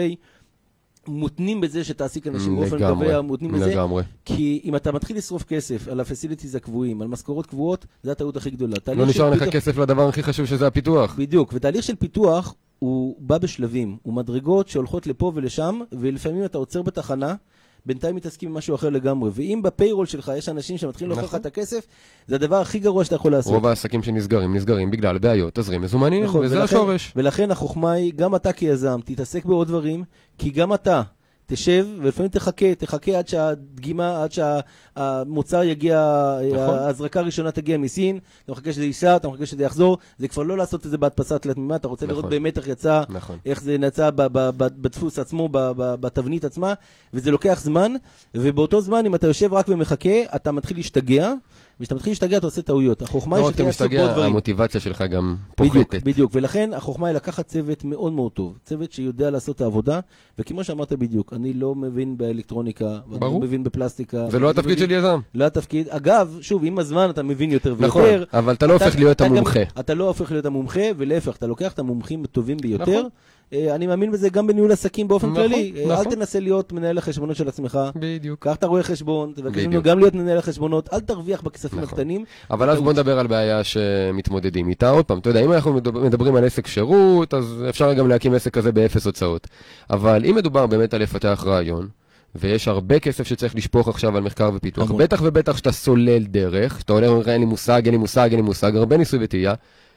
מותנים בזה שתעסיק אנשים באופן קבוע, מותנים בזה, כי אם אתה מתחיל לשרוף כסף על הפסיליטיז הקבועים, על משכורות קבועות, זה הטעות הכי גדולה. לא נשאר לך כסף לדבר הכי חשוב שזה הפיתוח. בדיוק, ותהליך של פיתוח הוא בא בשלבים, הוא מדרגות שהולכות לפה ולשם, ולפעמים אתה עוצר בתחנה, בינתיים מתעסקים במשהו אחר לגמרי, ואם בפיירול שלך יש אנשים שמתחילים להוכיח את הכסף, זה הדבר הכי גרוע שאתה יכול לעשות. רוב העסקים שנסגרים בגלל בעיות, תזרים מזומנים, וזה השורש. ולכן החוכמה היא, גם אתה כיזם, תתעסק בעוד דברים, כי גם אתה תשב, ולפעמים תחכה עד שהדגימה, עד שהמוצר יגיע, ההזרקה הראשונה תגיע מסין, אתה מחכה שזה ייסע, אתה מחכה שזה יחזור, זה כבר לא לעשות את זה בהדפסה תלת מימד, אתה רוצה לראות באמת איך יצא, איך זה נצא בדפוס עצמו, בתבנית עצמה, וזה לוקח זמן, ובאותו זמן, אם אתה יושב רק ומחכה, אתה מתחיל להשתגע, וכשאתה מתחיל להשתגע, אתה עושה טעויות. החוכמה היא שאתה יעסוק בעוד דברים. המוטיבציה שלך גם פוחתת. בדיוק, ולכן החוכמה היא לקחת צוות מאוד מאוד טוב. צוות שיודע לעשות את העבודה, וכמו שאמרת בדיוק, אני לא מבין באלקטרוניקה, ואני לא מבין בפלסטיקה. זה לא התפקיד של יזם. לא התפקיד. אגב, שוב, עם הזמן אתה מבין יותר ויותר. נכון, אבל אתה לא הופך להיות המומחה. אתה לא הופך להיות המומחה, ולהפך, אתה לוקח את המומחים הטובים ביותר. אני מאמין בזה גם בניהול עסקים באופן כללי. אל תנסה להיות מנהל החשבונות של עצמך. בדיוק. קח את הרואה חשבון, תבקש ממנו גם להיות מנהל החשבונות, אל תרוויח בכספים הקטנים. אבל אז בוא נדבר על בעיה שמתמודדים איתה. עוד פעם, אתה יודע, אם אנחנו מדברים על עסק שירות, אז אפשר גם להקים עסק כזה באפס הוצאות. אבל אם מדובר באמת על לפתח רעיון, ויש הרבה כסף שצריך לשפוך עכשיו על מחקר ופיתוח, בטח ובטח שאתה סולל דרך, שאתה הולך ואומר, אין לי מושג, הרבה ניסוי וטעייה.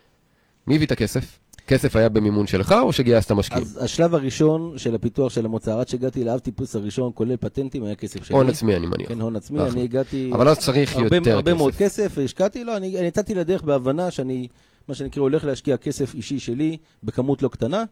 מי הביא את הכסף? כסף היה במימון שלך או שגייסת משקיעים? אז השלב הראשון של הפיתוח של המוצר, עד שהגעתי לאב טיפוס הראשון, כולל פטנטים, היה כסף שלי. הון עצמי, אני מניח. כן, הון עצמי, אני הגעתי... אבל אז צריך יותר כסף. הרבה מאוד כסף, השקעתי, לא, אני יצאתי לדרך בהבנה שאני, מה שנקרא, הולך להשקיע כסף אישי שלי, בכמות לא קטנה,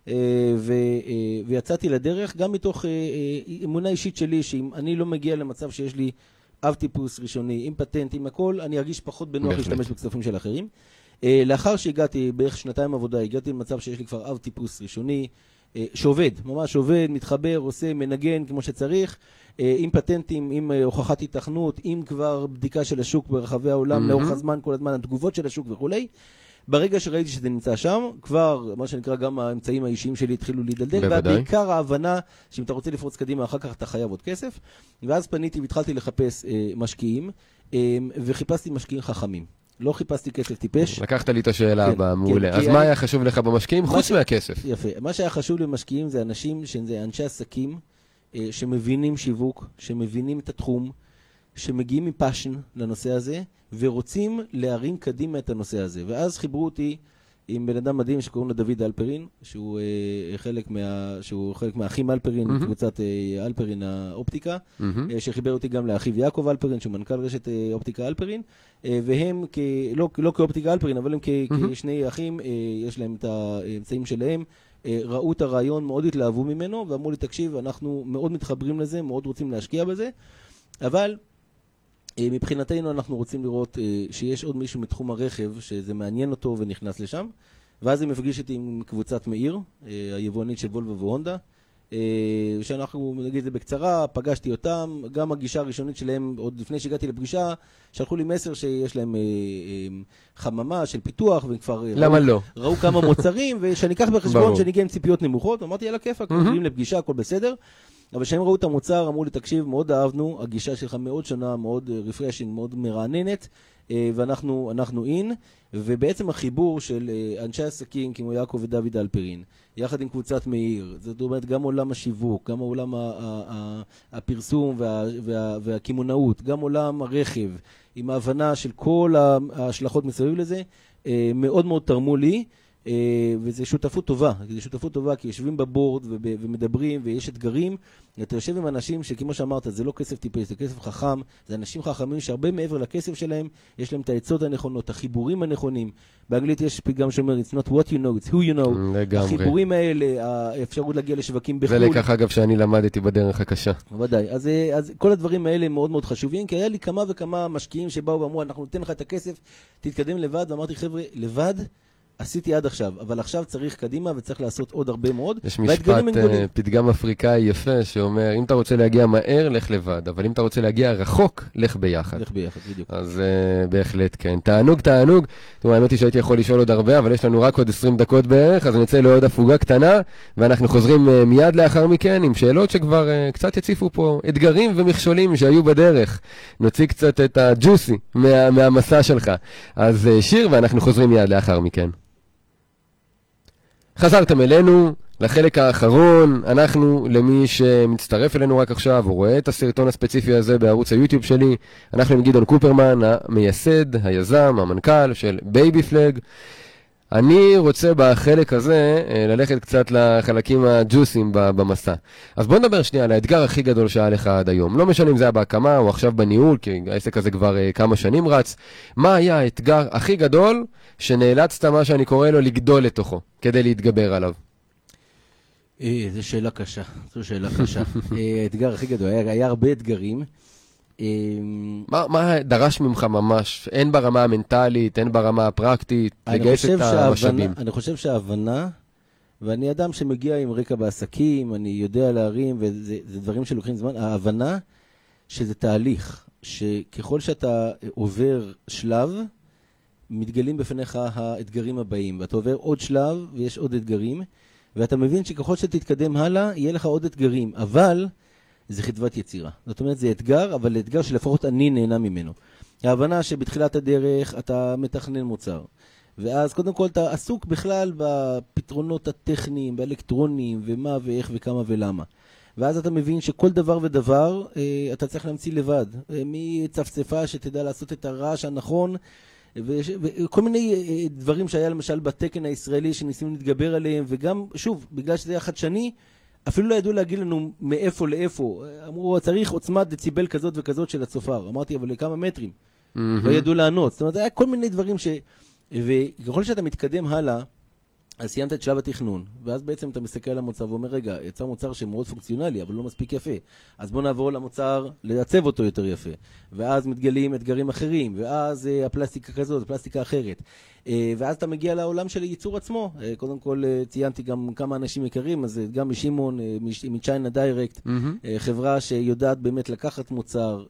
ויצאתי לדרך גם מתוך אמונה אישית שלי, שאם אני לא מגיע למצב שיש לי אב טיפוס ראשוני, עם פטנט, עם הכל, אני ארגיש פחות בנוח להשתמש בכספים של אחרים. לאחר שהגעתי, בערך 2 עבודה, הגעתי למצב שיש לי כבר אב טיפוס ראשוני, שעובד, ממש עובד, מתחבר, עושה, מנגן כמו שצריך, עם פטנטים, עם הוכחת התכנות, עם כבר בדיקה של השוק ברחבי העולם, לאורך הזמן, כל הזמן, התגובות של השוק וכו'. ברגע שראיתי שזה נמצא שם, כבר, מה שנקרא, גם האמצעים האישיים שלי התחילו להידלדל, ובעיקר ההבנה שאם אתה רוצה לפרוץ קדימה, אחר כך אתה חייב עוד כסף, ואז פניתי והתחלתי לחפש משקיעים, וחיפשתי משקיעים חכמים. לא חיפשתי כסף טיפש. לקחת לי את השאלה הבאה, מעולה. אז מה היה חשוב לך במשקיעים חוץ מהכסף? יפה. מה שהיה חשוב למשקיעים זה אנשים, שזה אנשי עסקים, שמבינים שיווק, שמבינים את התחום, שמגיעים מפאשן לנושה הזה, ורוצים להרים קדימה את הנושא הזה. ואז חיברו אותי עם בן אדם מדהים שקוראים לו דוד אלפרין, שהוא חלק מהאחים אלפרין, קבוצת אלפרין האופטיקה, שחיבר אותי גם לאחיו יעקב אלפרין, שהוא מנכ"ל רשת אופטיקה אלפרין, והם לא כאופטיקה אלפרין, אבל הם כשני אחים, יש להם את האמצעים שלהם, ראו את הרעיון, מאוד התלהבו ממנו, ואמרו לי, תקשיב, אנחנו מאוד מתחברים לזה, מאוד רוצים להשקיע בזה, אבל מבחינתנו אנחנו רוצים לראות שיש עוד מישהו מתחום הרכב, שזה מעניין אותו ונכנס לשם, ואז הם מפגיש איתי עם קבוצת מאיר, היבואנית של וולבו והונדה, שאנחנו נגיד את זה בקצרה, פגשתי אותם, גם הגישה הראשונית שלהם, עוד לפני שהגעתי לפגישה, שלחו לי מסר שיש להם חממה של פיתוח, וכבר ראו כמה מוצרים, ושאני אקח בחשבון שאני אגיע עם ציפיות נמוכות, אמרתי, יאללה כיף, מגיעים לפגישה, הכל בסדר, אבל כשהם ראו את המוצר, אמרו לי, תקשיב, מאוד אהבנו, הגישה שלך מאוד שונה, מאוד רפרשינג, מאוד מרעננת, ואנחנו אין, ובעצם החיבור של אנשי עסקים כמו יעקב ודוד אלפרין, יחד עם קבוצת מאיר, זאת אומרת גם עולם השיווק, גם עולם הפרסום והכימונאות, גם עולם הרכב, עם ההבנה של כל ההשלכות מסביב לזה, מאוד מאוד תרמו לי, וזו שותפות טובה, כי יושבים בבורד ומדברים ויש אתגרים, אתה יושב עם אנשים שכמו שאמרת, זה לא כסף טיפש, זה כסף חכם, זה אנשים חכמים שהרבה מעבר לכסף שלהם, יש להם את העצות הנכונות, החיבורים הנכונים, באנגלית יש פתגם שאומר, it's not what you know, it's who you know, החיבורים האלה, האפשרות להגיע לשווקים בחו"ל. זה לקח אגב שאני למדתי בדרך הקשה. ודאי, אז כל הדברים האלה מאוד מאוד חשובים, כי היה לי כמה וכמה משקיעים שבאו ואמרו, אנחנו ניתן לך את הכסף, תתקדם לבד, ואמרתי, חבר'ה, לבד עשיתי עד עכשיו, אבל עכשיו צריך קדימה וצריך לעשות עוד הרבה מאוד. יש משפט, פתגם אפריקאי יפה שאומר, אם אתה רוצה להגיע מהר, לך לבד, אבל אם אתה רוצה להגיע רחוק, לך ביחד. לך ביחד, בדיוק. אז בהחלט כן. תענוג. האמת היא שהייתי יכול לשאול עוד הרבה, אבל יש לנו רק עוד 20 דקות בערך, אז נצא לעוד הפוגה קטנה, ואנחנו חוזרים מיד לאחר מכן עם שאלות שכבר קצת יציפו פה אתגרים ומכשולים שהיו בדרך. נוציא קצת את הג'וסי מהמסע שלך. אז שיר, ואנחנו חוזרים מיד לאחר מכן. חזרתם אלינו לחלק האחרון, אנחנו למי שמצטרף אלינו רק עכשיו, הוא רואה את הסרטון הספציפי הזה בערוץ היוטיוב שלי, אנחנו עם גדעון קופרמן, המייסד, היזם, המנכ"ל של בייבי פלג. אני רוצה בחלק הזה ללכת קצת לחלקים הג'וסים במסע. אז בוא נדבר שנייה על האתגר הכי גדול שהיה לך עד היום. לא משנה אם זה היה בהקמה או עכשיו בניהול, כי העסק הזה כבר כמה שנים רץ. מה היה האתגר הכי גדול שנאלצת, מה שאני קורא לו, לגדול לתוכו, כדי להתגבר עליו? זו שאלה קשה. האתגר הכי גדול, היה הרבה אתגרים. מה דרש ממך ממש? אין ברמה המנטלית, אין ברמה הפרקטית, לגייס את המשאבים. אני חושב שההבנה, ואני אדם שמגיע עם רקע בעסקים, אני יודע להרים, וזה דברים שלוקחים זמן, ההבנה שזה תהליך, שככל שאתה עובר שלב, מתגלים בפניך האתגרים הבאים, ואתה עובר עוד שלב ויש עוד אתגרים, ואתה מבין שככל שתתקדם הלאה, יהיה לך עוד אתגרים, אבל זה חדוות יצירה. זאת אומרת, זה אתגר, אבל אתגר שלפחות אני נהנה ממנו. ההבנה שבתחילת הדרך אתה מתכנן מוצר, ואז קודם כל אתה עסוק בכלל בפתרונות הטכניים, באלקטרונים, ומה ואיך וכמה ולמה. ואז אתה מבין שכל דבר ודבר אתה צריך להמציא לבד. מצפצפה שתדע לעשות את הרעש הנכון, וכל מיני דברים שהיה למשל בתקן הישראלי שניסינו להתגבר עליהם, וגם, שוב, בגלל שזה היה חדשני, אפילו לא ידעו להגיד לנו מאיפה לאיפה. אמרו, צריך עוצמת דציבל כזאת וכזאת של הצופר. אמרתי, אבל לכמה מטרים? לא ידעו לענות. זאת אומרת, היה כל מיני דברים וככל שאתה מתקדם הלאה, אז סיימת את שלב התכנון, ואז בעצם אתה מסתכל על המוצר ואומר, רגע, יצא מוצר שמאוד פונקציונלי, אבל לא מספיק יפה. אז בוא נעבור למוצר, לעצב אותו יותר יפה. ואז מתגלים אתגרים אחרים, ואז הפלסטיקה כזאת, הפלסטיקה אחרת. ואז אתה מגיע לעולם של הייצור עצמו. קודם כל ציינתי גם כמה אנשים יקרים, אז גם משימון, מצ'יינה דיירקט, חברה שיודעת באמת לקחת מוצר,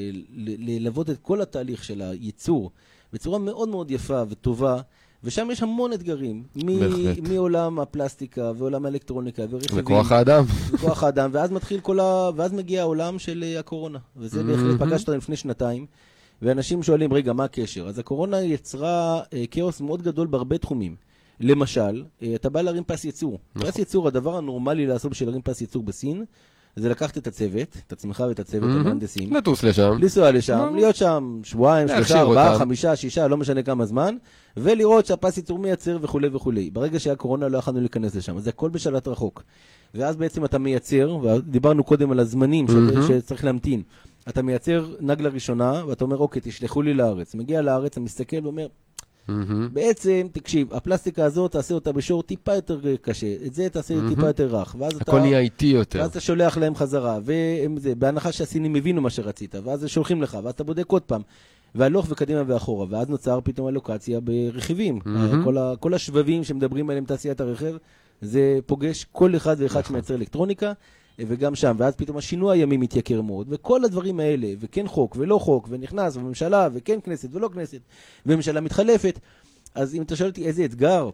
ללוות את כל התהליך של הייצור, בצורה מאוד מאוד יפה וטובה, ושם יש המון אתגרים, מעולם הפלסטיקה ועולם האלקטרוניקה ורכבים. וכוח האדם, ואז מתחיל ואז מגיע העולם של הקורונה. וזה בהחלט פגשת לפני שנתיים, ואנשים שואלים, רגע, מה הקשר? אז הקורונה יצרה כאוס מאוד גדול בהרבה תחומים. למשל, אתה בא להרים פס ייצור. פס ייצור, הדבר הנורמלי לעשות בשביל להרים פס ייצור בסין, זה לקחת את הצוות, את עצמך ואת הצוות המהנדסים. לטוס לשם. לנסוע לשם, להיות שם שבועיים, 3, 4, 5, 6, לא משנה כמה זמן, ולראות שהפס ייצור מייצר וכו' וכו'. ברגע שהיה קורונה לא יכולנו להיכנס לשם, אז זה הכל בשלט רחוק. ואז בעצם אתה מייצר, ודיברנו קודם על הזמנים שצריך להמתין. אתה מייצר נגלה ראשונה, ואתה אומר, אוקיי, תשלחו לי לארץ. מגיע לארץ, אני מסתכל ואומר, בעצם, תקשיב, הפלסטיקה הזאת תעשה אותה בשור טיפה יותר קשה, את זה תעשה טיפה יותר רך, הכל נהיה איטי יותר. ואז אתה שולח להם חזרה, בהנחה שהסינים הבינו מה שרצית, ואז הם שולחים לך, ואז אתה בודק עוד פעם, והלוך וקדימה ואחורה, ואז נוצר פתאום הלוקציה ברכיבים. כל השבבים שמדברים עליהם תעשיית הרכב, זה פוגש כל אחד ואחד שמייצר אלקטרוניקה, וגם שם, ואז פתאום השינוי הימי מתייקר מאוד, וכל הדברים האלה, וכן חוק ולא חוק, ונכנס, וממשלה, וכן כנסת ולא כנסת, וממשלה מתחלפת. אז אם אתה שואל אותי איזה אתגר,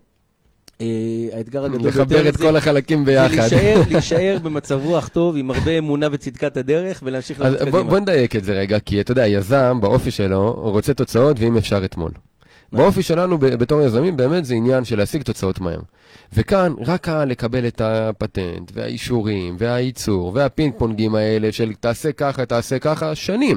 האתגר הגדול ביותר, לחבר את כל החלקים ביחד. זה להישאר במצב רוח טוב, עם הרבה אמונה וצדקת הדרך, ולהמשיך לראות קדימה. בוא נדייק את זה רגע, כי אתה יודע, יזם באופי שלו רוצה תוצאות, ואם אפשר אתמול. באופי שלנו בתור יזמים באמת זה עניין של להשיג תוצאות מהר. וכאן רק לקבל את הפטנט והאישורים והייצור והפינג פונגים האלה של תעשה ככה שנים.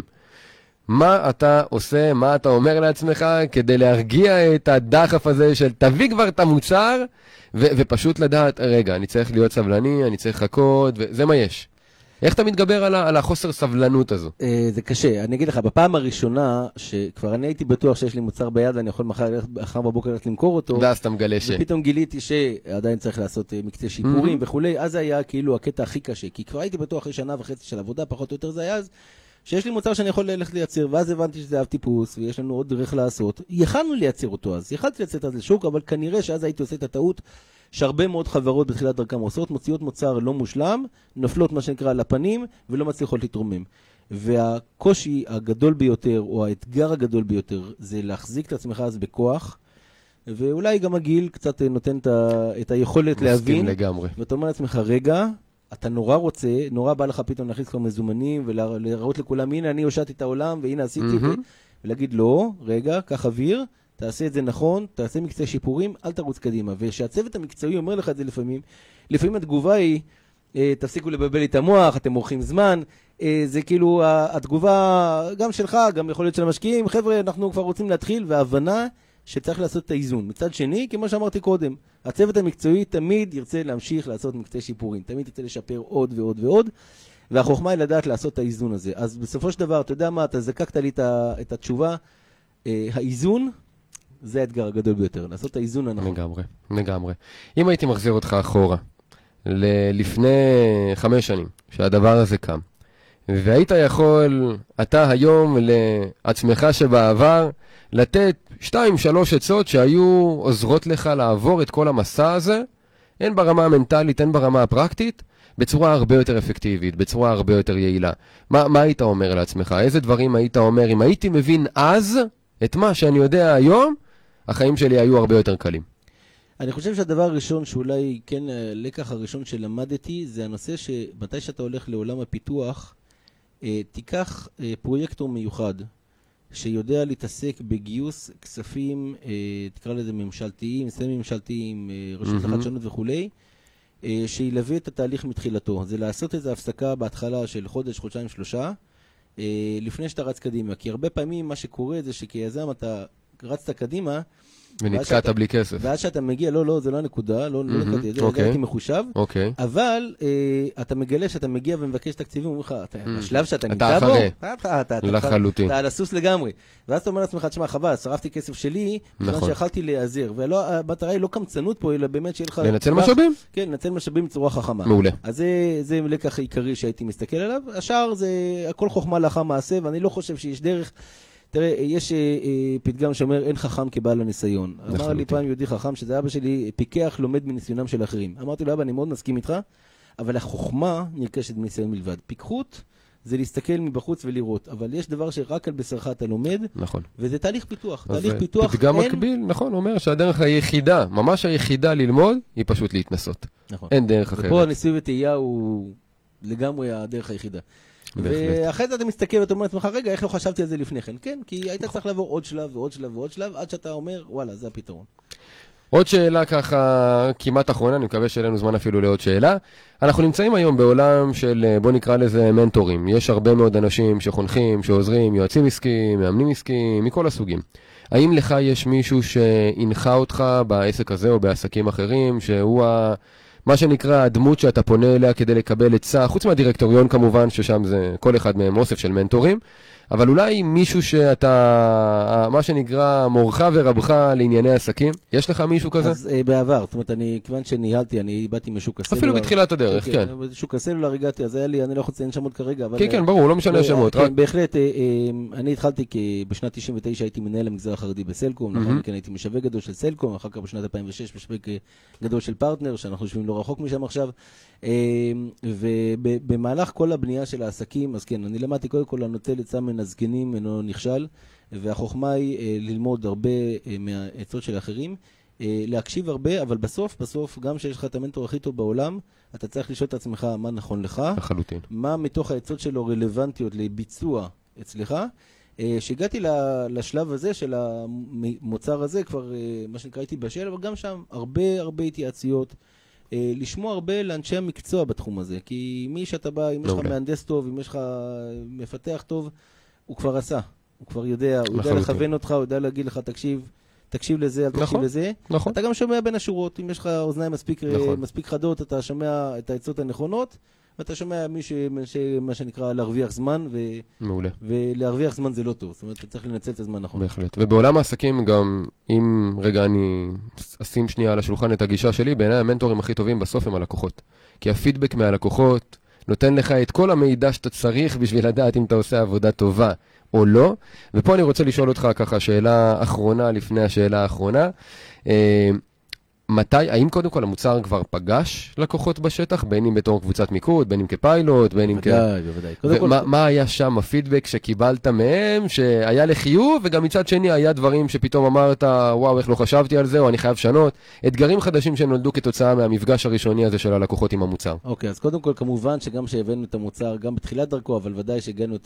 מה אתה עושה, מה אתה אומר לעצמך כדי להרגיע את הדחף הזה של תביא כבר את המוצר ופשוט לדעת, רגע, אני צריך להיות סבלני, אני צריך לחכות, וזה מה יש. איך אתה מתגבר על החוסר סבלנות הזו? זה קשה. אני אגיד לך, בפעם הראשונה, שכבר אני הייתי בטוח שיש לי מוצר ביד, ואני יכול מחר בבוקר ללכת למכור אותו, ואז אתה מגלה ופתאום גיליתי שעדיין צריך לעשות מקצה שיפורים וכולי, אז זה היה כאילו הקטע הכי קשה, כי כבר הייתי בטוח אחרי שנה וחצי של עבודה, פחות או יותר זה היה אז, שיש לי מוצר שאני יכול ללכת לייצר, ואז הבנתי שזה אב טיפוס, ויש לנו עוד דרך לעשות. יכלנו לייצר אותו אז, יכלתי לצאת אז לשוק, אבל כנראה שאז הייתי עושה את הטעות, שהרבה מאוד חברות בתחילת דרכם עושות, מוציאות מוצר לא מושלם, נופלות מה שנקרא על הפנים, ולא מצליחות לתרומם. והקושי הגדול ביותר, או האתגר הגדול ביותר, זה להחזיק את עצמך אז בכוח, ואולי גם הגיל קצת נותן את היכולת להבין. מסכים לגמרי. ואתה אומר לעצמך, רגע, אתה נורא רוצה, נורא בא לך פתאום להכניס כבר מזומנים, ולהראות לכולם, הנה אני הושעתי את העולם, והנה עשיתי, ולהגיד לא, רגע, קח אוויר, תעשה את זה נכון, תעשה מקצה שיפורים, אל תרוץ קדימה. ושהצוות המקצועי אומר לך את זה לפעמים התגובה היא, תפסיקו לבלבל את המוח, אתם מורחים זמן, זה כאילו התגובה גם שלך, גם יכול להיות של המשקיעים, חבר'ה, אנחנו כבר רוצים להתחיל, וההבנה שצריך לעשות את האיזון. מצד שני, כמו שאמרתי קודם, הצוות המקצועי תמיד ירצה להמשיך לעשות מקצה שיפורים, תמיד ירצה לשפר עוד ועוד ועוד, והחוכמה היא לדעת לעשות את האיזון הזה. אז בסופו של דבר, אתה יודע מה, אתה זקקת לי את התשובה, האיזון, זה האתגר הגדול ביותר, לעשות את האיזון הנכון. לגמרי. אם הייתי מחזיר אותך אחורה, לפני 5 שנים, שהדבר הזה קם, והיית יכול, אתה היום לעצמך שבעבר, לתת 2-3 עצות שהיו עוזרות לך לעבור את כל המסע הזה, הן ברמה המנטלית, הן ברמה הפרקטית, בצורה הרבה יותר אפקטיבית, בצורה הרבה יותר יעילה. מה היית אומר לעצמך? איזה דברים היית אומר? אם הייתי מבין אז את מה שאני יודע היום, החיים שלי היו הרבה יותר קלים. אני חושב שהדבר הראשון שאולי כן לקח הראשון שלמדתי, זה הנושא שמתי שאתה הולך לעולם הפיתוח, תיקח פרויקטור מיוחד, שיודע להתעסק בגיוס כספים, תקרא לזה ממשלתיים, סמי ממשלתיים, רשות לחדשנות וכולי, שילווה את התהליך מתחילתו. זה לעשות איזו הפסקה בהתחלה של חודש, חודשיים, 3, לפני שאתה רץ קדימה. כי הרבה פעמים מה שקורה זה שכיזם אתה רצת קדימה, ונתקעת בלי כסף. ואז שאתה מגיע, לא, זה לא הנקודה, לא נקעתי את זה, זה הייתי מחושב, אבל אתה מגלה שאתה מגיע ומבקש תקציבים, ואומרים לך, בשלב שאתה נמצא בו, אתה על הסוס לגמרי. ואז אתה אומר לעצמך, תשמע, חבל, שרפתי כסף שלי, בזמן שיכלתי להיעזר, והמטרה היא לא קמצנות פה, אלא באמת שיהיה לך... לנצל משאבים? כן, לנצל משאבים בצורה חכמה. מעולה. אז זה לקח העיקרי שהייתי מסתכל עליו. השאר זה הכל חוכמה לאחר מעשה, ואני לא חושב שיש דרך. תראה, יש פתגם שאומר, אין חכם כבעל הניסיון. אמר לי פעם יהודי חכם, שזה אבא שלי, פיקח לומד מניסיונם של אחרים. אמרתי לו, אבא, אני מאוד מסכים איתך, אבל החוכמה נרכשת בניסיון מלבד. פיקחות זה להסתכל מבחוץ ולראות, אבל יש דבר שרק על בשרך אתה לומד, נכון. וזה תהליך פיתוח. תהליך פיתוח פתגם מקביל, נכון, אומר שהדרך היחידה, ממש היחידה ללמוד, היא פשוט להתנסות. נכון. אין דרך אחרת. ופה הניסוי וטעייה הוא לגמרי הדרך היחידה. ואחרי זה אתה מסתכל ואתה אומר לעצמך, רגע, איך לא חשבתי על זה לפני כן? כן, כי היית צריך לעבור עוד שלב ועוד שלב ועוד שלב, עד שאתה אומר, וואלה, זה הפתרון. עוד שאלה ככה, כמעט אחרונה, אני מקווה שיהיה לנו זמן אפילו לעוד שאלה. אנחנו נמצאים היום בעולם של, בוא נקרא לזה מנטורים. יש הרבה מאוד אנשים שחונכים, שעוזרים, יועצים עסקיים, מאמנים עסקיים, מכל הסוגים. האם לך יש מישהו שהנחה אותך בעסק הזה או בעסקים אחרים, שהוא מה שנקרא הדמות שאתה פונה אליה כדי לקבל עצה, חוץ מהדירקטוריון כמובן, ששם זה כל אחד מהם אוסף של מנטורים, אבל אולי מישהו שאתה, מה שנקרא, מורך ורבך לענייני עסקים, יש לך מישהו כזה? אז בעבר, זאת אומרת, כיוון שניהלתי, אני באתי משוק הסלולר. אפילו בתחילת הדרך, כן. בשוק הסלולר הגעתי, אז היה לי, אני לא יכול לציין שמות כרגע, אבל... כן, כן, ברור, לא משנה שמות. כן, בהחלט, אני התחלתי בשנת 99 הייתי מנהל המגזר החרדי בסלקום, נכון, כן, הייתי משווק גדול של סלקום, אחר כך בשנת 2006 משווק גדול של פרטנר, שאנחנו יושבים לא רחוק משם עכשיו, ובמהלך כל הבנייה של העסקים, אז כן, אני למדתי קודם כל הנוטל עצה מן הזקנים אינו נכשל, והחוכמה היא ללמוד הרבה מהעצות של האחרים, להקשיב הרבה, אבל בסוף, גם שיש לך את המנטור הכי טוב בעולם, אתה צריך לשאול את עצמך מה נכון לך, לחלוטין. מה מתוך העצות שלו רלוונטיות לביצוע אצלך. שהגעתי לשלב הזה של המוצר הזה, כבר מה שנקרא הייתי בשל, אבל גם שם הרבה התייעצויות, לשמוע הרבה לאנשי המקצוע בתחום הזה, כי מי שאתה בא, אם יש לך מהנדס טוב, אם יש לך מפתח טוב, הוא כבר עשה, הוא כבר יודע, הוא יודע לכוון אותך, הוא יודע להגיד לך, תקשיב לזה, אל תקשיב לזה. אתה גם שומע בין השורות, אם יש לך אוזניים מספיק חדות, אתה שומע את העצות הנכונות, ואתה שומע מה שנקרא להרוויח זמן, ולהרוויח זמן זה לא טוב, זאת אומרת, אתה צריך לנצל את הזמן נכון. בהחלט. ובעולם העסקים גם, אם רגע אני אשים שנייה על השולחן את הגישה שלי, בעיניי המנטורים הכי טובים בסוף הם הלקוחות. כי הפידבק מהלקוחות נותן לך את כל המידע שאתה צריך בשביל לדעת אם אתה עושה עבודה טובה או לא. ופה אני רוצה לשאול אותך ככה שאלה אחרונה לפני השאלה האחרונה. האם קודם כל המוצר כבר פגש לקוחות בשטח, בין אם בתור קבוצת מיקוד, בין אם כפיילוט, בין אם בוודאי. מה היה שם הפידבק שקיבלת מהם, שהיה לחיוב, וגם מצד שני היה דברים שפתאום אמרת, וואו, איך לא חשבתי על זה, או אני חייב שנות, אתגרים חדשים שנולדו כתוצאה מהמפגש הראשוני הזה של הלקוחות עם המוצר. אוקיי, אז קודם כל כמובן שגם שהבאנו את המוצר, גם בתחילת דרכו, אבל ודאי שהבאנו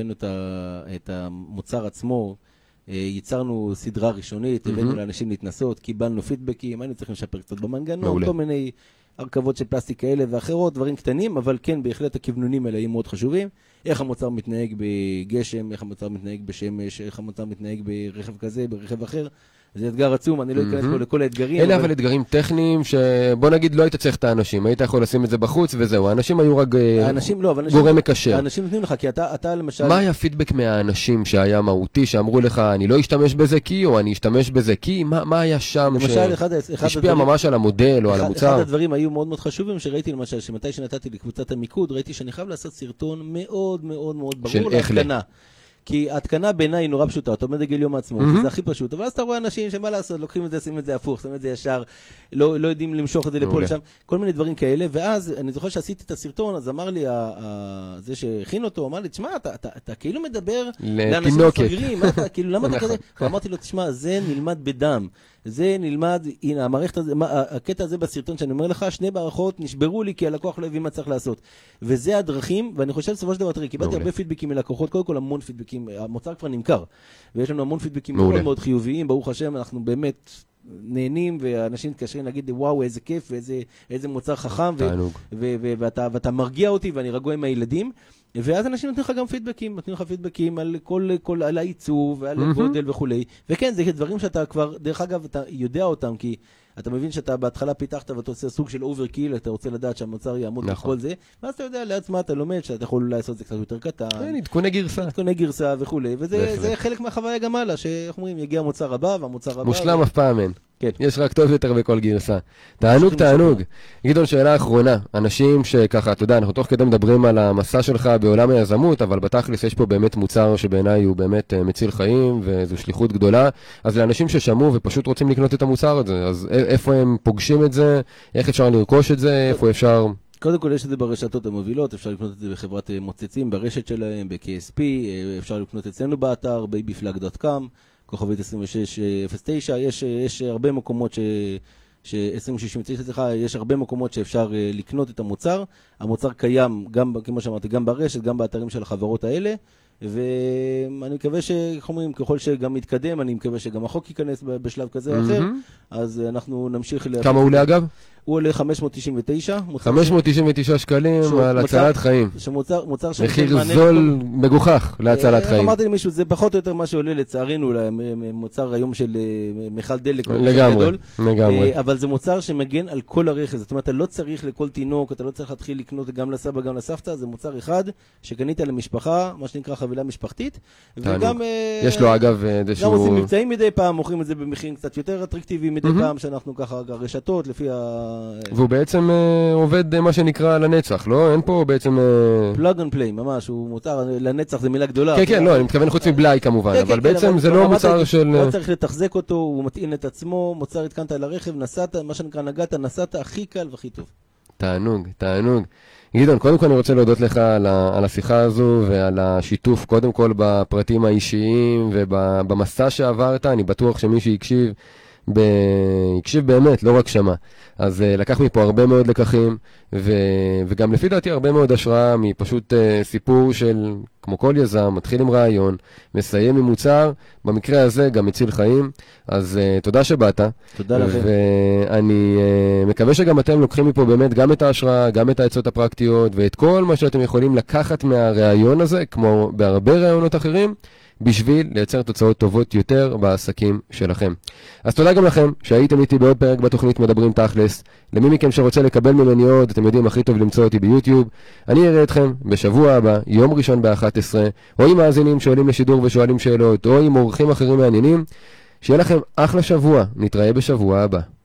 את המוצר עצמו, ייצרנו סדרה ראשונית, הבאנו לאנשים להתנסות, קיבלנו פידבקים, היינו צריכים לשפר קצת במנגנון, כל מיני הרכבות של פלסטיק כאלה ואחרות, דברים קטנים, אבל כן, בהחלט הכיוונונים האלה היו מאוד חשובים. איך המוצר מתנהג בגשם, איך המוצר מתנהג בשמש, איך המוצר מתנהג ברכב כזה, ברכב אחר. זה אתגר עצום, אני לא אכנס פה לכל האתגרים. אלה אבל אתגרים טכניים שבוא נגיד לא היית צריך את האנשים, היית יכול לשים את זה בחוץ וזהו, האנשים היו רק גורם מקשר. האנשים נותנים לך, כי אתה למשל... מה היה פידבק מהאנשים שהיה מהותי, שאמרו לך אני לא אשתמש בזה כי, או אני אשתמש בזה כי, מה היה שם שהשפיע ממש על המודל או על המוצר? אחד הדברים היו מאוד מאוד חשובים שראיתי למשל, שמתי שנתתי לקבוצת המיקוד, ראיתי שאני חייב לעשות סרטון מאוד מאוד מאוד ברור להתקנה. כי ההתקנה בעיניי היא נורא פשוטה, אתה עומד לגיל יום העצמאות, זה הכי פשוט, אבל אז אתה רואה אנשים שמה לעשות, לוקחים את זה, שמים את זה הפוך, שמים את זה ישר, לא יודעים למשוך את זה לפה לשם, כל מיני דברים כאלה, ואז אני זוכר שעשיתי את הסרטון, אז אמר לי, זה שהכין אותו, אמר לי, תשמע, אתה כאילו מדבר לאנשים מפגרים, כאילו למה אתה כזה? ואמרתי לו, תשמע, זה נלמד בדם, זה נלמד, הנה, המערכת הזה, הקטע הזה בסרטון שאני אומר לך, שני מערכות נשברו לי כי הלקוח לא הבין מה צריך לעשות. וזה הדרכים, ואני חושב בסופו של דבר, תראי, קיבלתי הרבה פידבקים מלקוחות, קודם כל המון פידבקים, המוצר כבר נמכר, ויש לנו המון פידבקים מאוד מאוד חיוביים, ברוך השם, אנחנו באמת נהנים, ואנשים מתקשרים להגיד, וואו, איזה כיף, ואיזה מוצר חכם, ואתה מרגיע אותי, ואני רגוע עם הילדים, ואז אנשים נותנים לך גם פידבקים, נותנים לך פידבקים על על העיצוב ועל גודל וכולי. וכן, זה דברים שאתה כבר, דרך אגב, אתה יודע אותם, כי אתה מבין שאתה בהתחלה פיתחת ואתה עושה סוג של אוברקיל, אתה רוצה לדעת שהמוצר יעמוד בכל זה, ואז אתה יודע לעצמה, אתה לומד שאתה יכול לעשות את זה קצת יותר קטן. כן, עדכוני גרסה וכולי, וזה חלק מהחוויה גם הלאה, שאנחנו אומרים, יגיע המוצר הבא, והמוצר הבא... מושלם אף פעם אין. כן. יש רק טוב יותר בכל גרסה. תענוג. גדעון, שאלה אחרונה. אנשים שככה, אתה יודע, אנחנו תוך כדי מדברים על המסע שלך בעולם היזמות, אבל בתכלס יש פה באמת מוצר שבעיניי הוא באמת מציל חיים, וזו שליחות גדולה. אז לאנשים ששמעו ופשוט רוצים לקנות את המוצר הזה, אז איפה הם פוגשים את זה? איך אפשר לרכוש את זה? איפה אפשר... קודם כל יש את זה ברשתות המובילות, אפשר לקנות את זה בחברת מוצצים, ברשת שלהם, ב-KSP, אפשר לקנות אצלנו באתר, babyflag.com, כוכבית 2609, יש הרבה מקומות 2069, יש הרבה מקומות שאפשר לקנות את המוצר. המוצר קיים גם, כמו שאמרתי, גם ברשת, גם באתרים של החברות האלה, ואני מקווה ככל שגם מתקדם, אני מקווה שגם החוק ייכנס בשלב כזה או אחר, אז אנחנו נמשיך... כמה עולה אגב? הוא עולה 599. 599 שקלים על הצלת חיים. מוצר מחיר זול מגוחך להצלת חיים. אמרתי למישהו, זה פחות או יותר מה שעולה לצערנו, מוצר היום של מיכל דלק. לגמרי. אבל זה מוצר שמגן על כל הרכב. זאת אומרת, אתה לא צריך לכל תינוק, אתה לא צריך להתחיל לקנות גם לסבא, גם לסבתא. זה מוצר אחד שקנית למשפחה, מה שנקרא חבילה משפחתית. וגם... יש לו אגב גם עושים מבצעים מדי פעם, מוכרים את זה במחירים קצת יותר אטרקטיביים מדי פעם, שאנחנו ככה רשתות לפי והוא בעצם עובד מה שנקרא לנצח, לא? אין פה בעצם... פלאג אנד פליי, ממש, הוא מוצר לנצח, זה מילה גדולה. כן, כן, לא, אני מתכוון חוץ מבלאי כמובן, אבל בעצם זה לא מוצר של... לא צריך לתחזק אותו, הוא מטעין את עצמו, מוצר התקנת לרכב, נסעת, מה שנקרא נגעת, נסעת הכי קל והכי טוב. תענוג. גדעון, קודם כל אני רוצה להודות לך על השיחה הזו ועל השיתוף, קודם כל בפרטים האישיים ובמסע שעברת. אני בטוח שמי שהקשיב באמת, לא רק שמע. אז לקח מפה הרבה מאוד לקחים, וגם לפי דעתי הרבה מאוד השראה מפשוט סיפור של, כמו כל יזם, מתחיל עם רעיון, מסיים עם מוצר, במקרה הזה גם מציל חיים. אז תודה שבאת. תודה לכם. ואני מקווה שגם אתם לוקחים מפה באמת גם את ההשראה, גם את העצות הפרקטיות, ואת כל מה שאתם יכולים לקחת מהרעיון הזה, כמו בהרבה רעיונות אחרים, בשביל לייצר תוצאות טובות יותר בעסקים שלכם. אז תודה גם לכם שהייתם איתי בעוד פרק בתוכנית מדברים תכלס. למי מכם שרוצה לקבל ממני עוד, אתם יודעים, הכי טוב למצוא אותי ביוטיוב. אני אראה אתכם בשבוע הבא, יום ראשון ב-11, או עם מאזינים שעולים לשידור ושואלים שאלות, או עם אורחים אחרים מעניינים. שיהיה לכם אחלה שבוע, נתראה בשבוע הבא.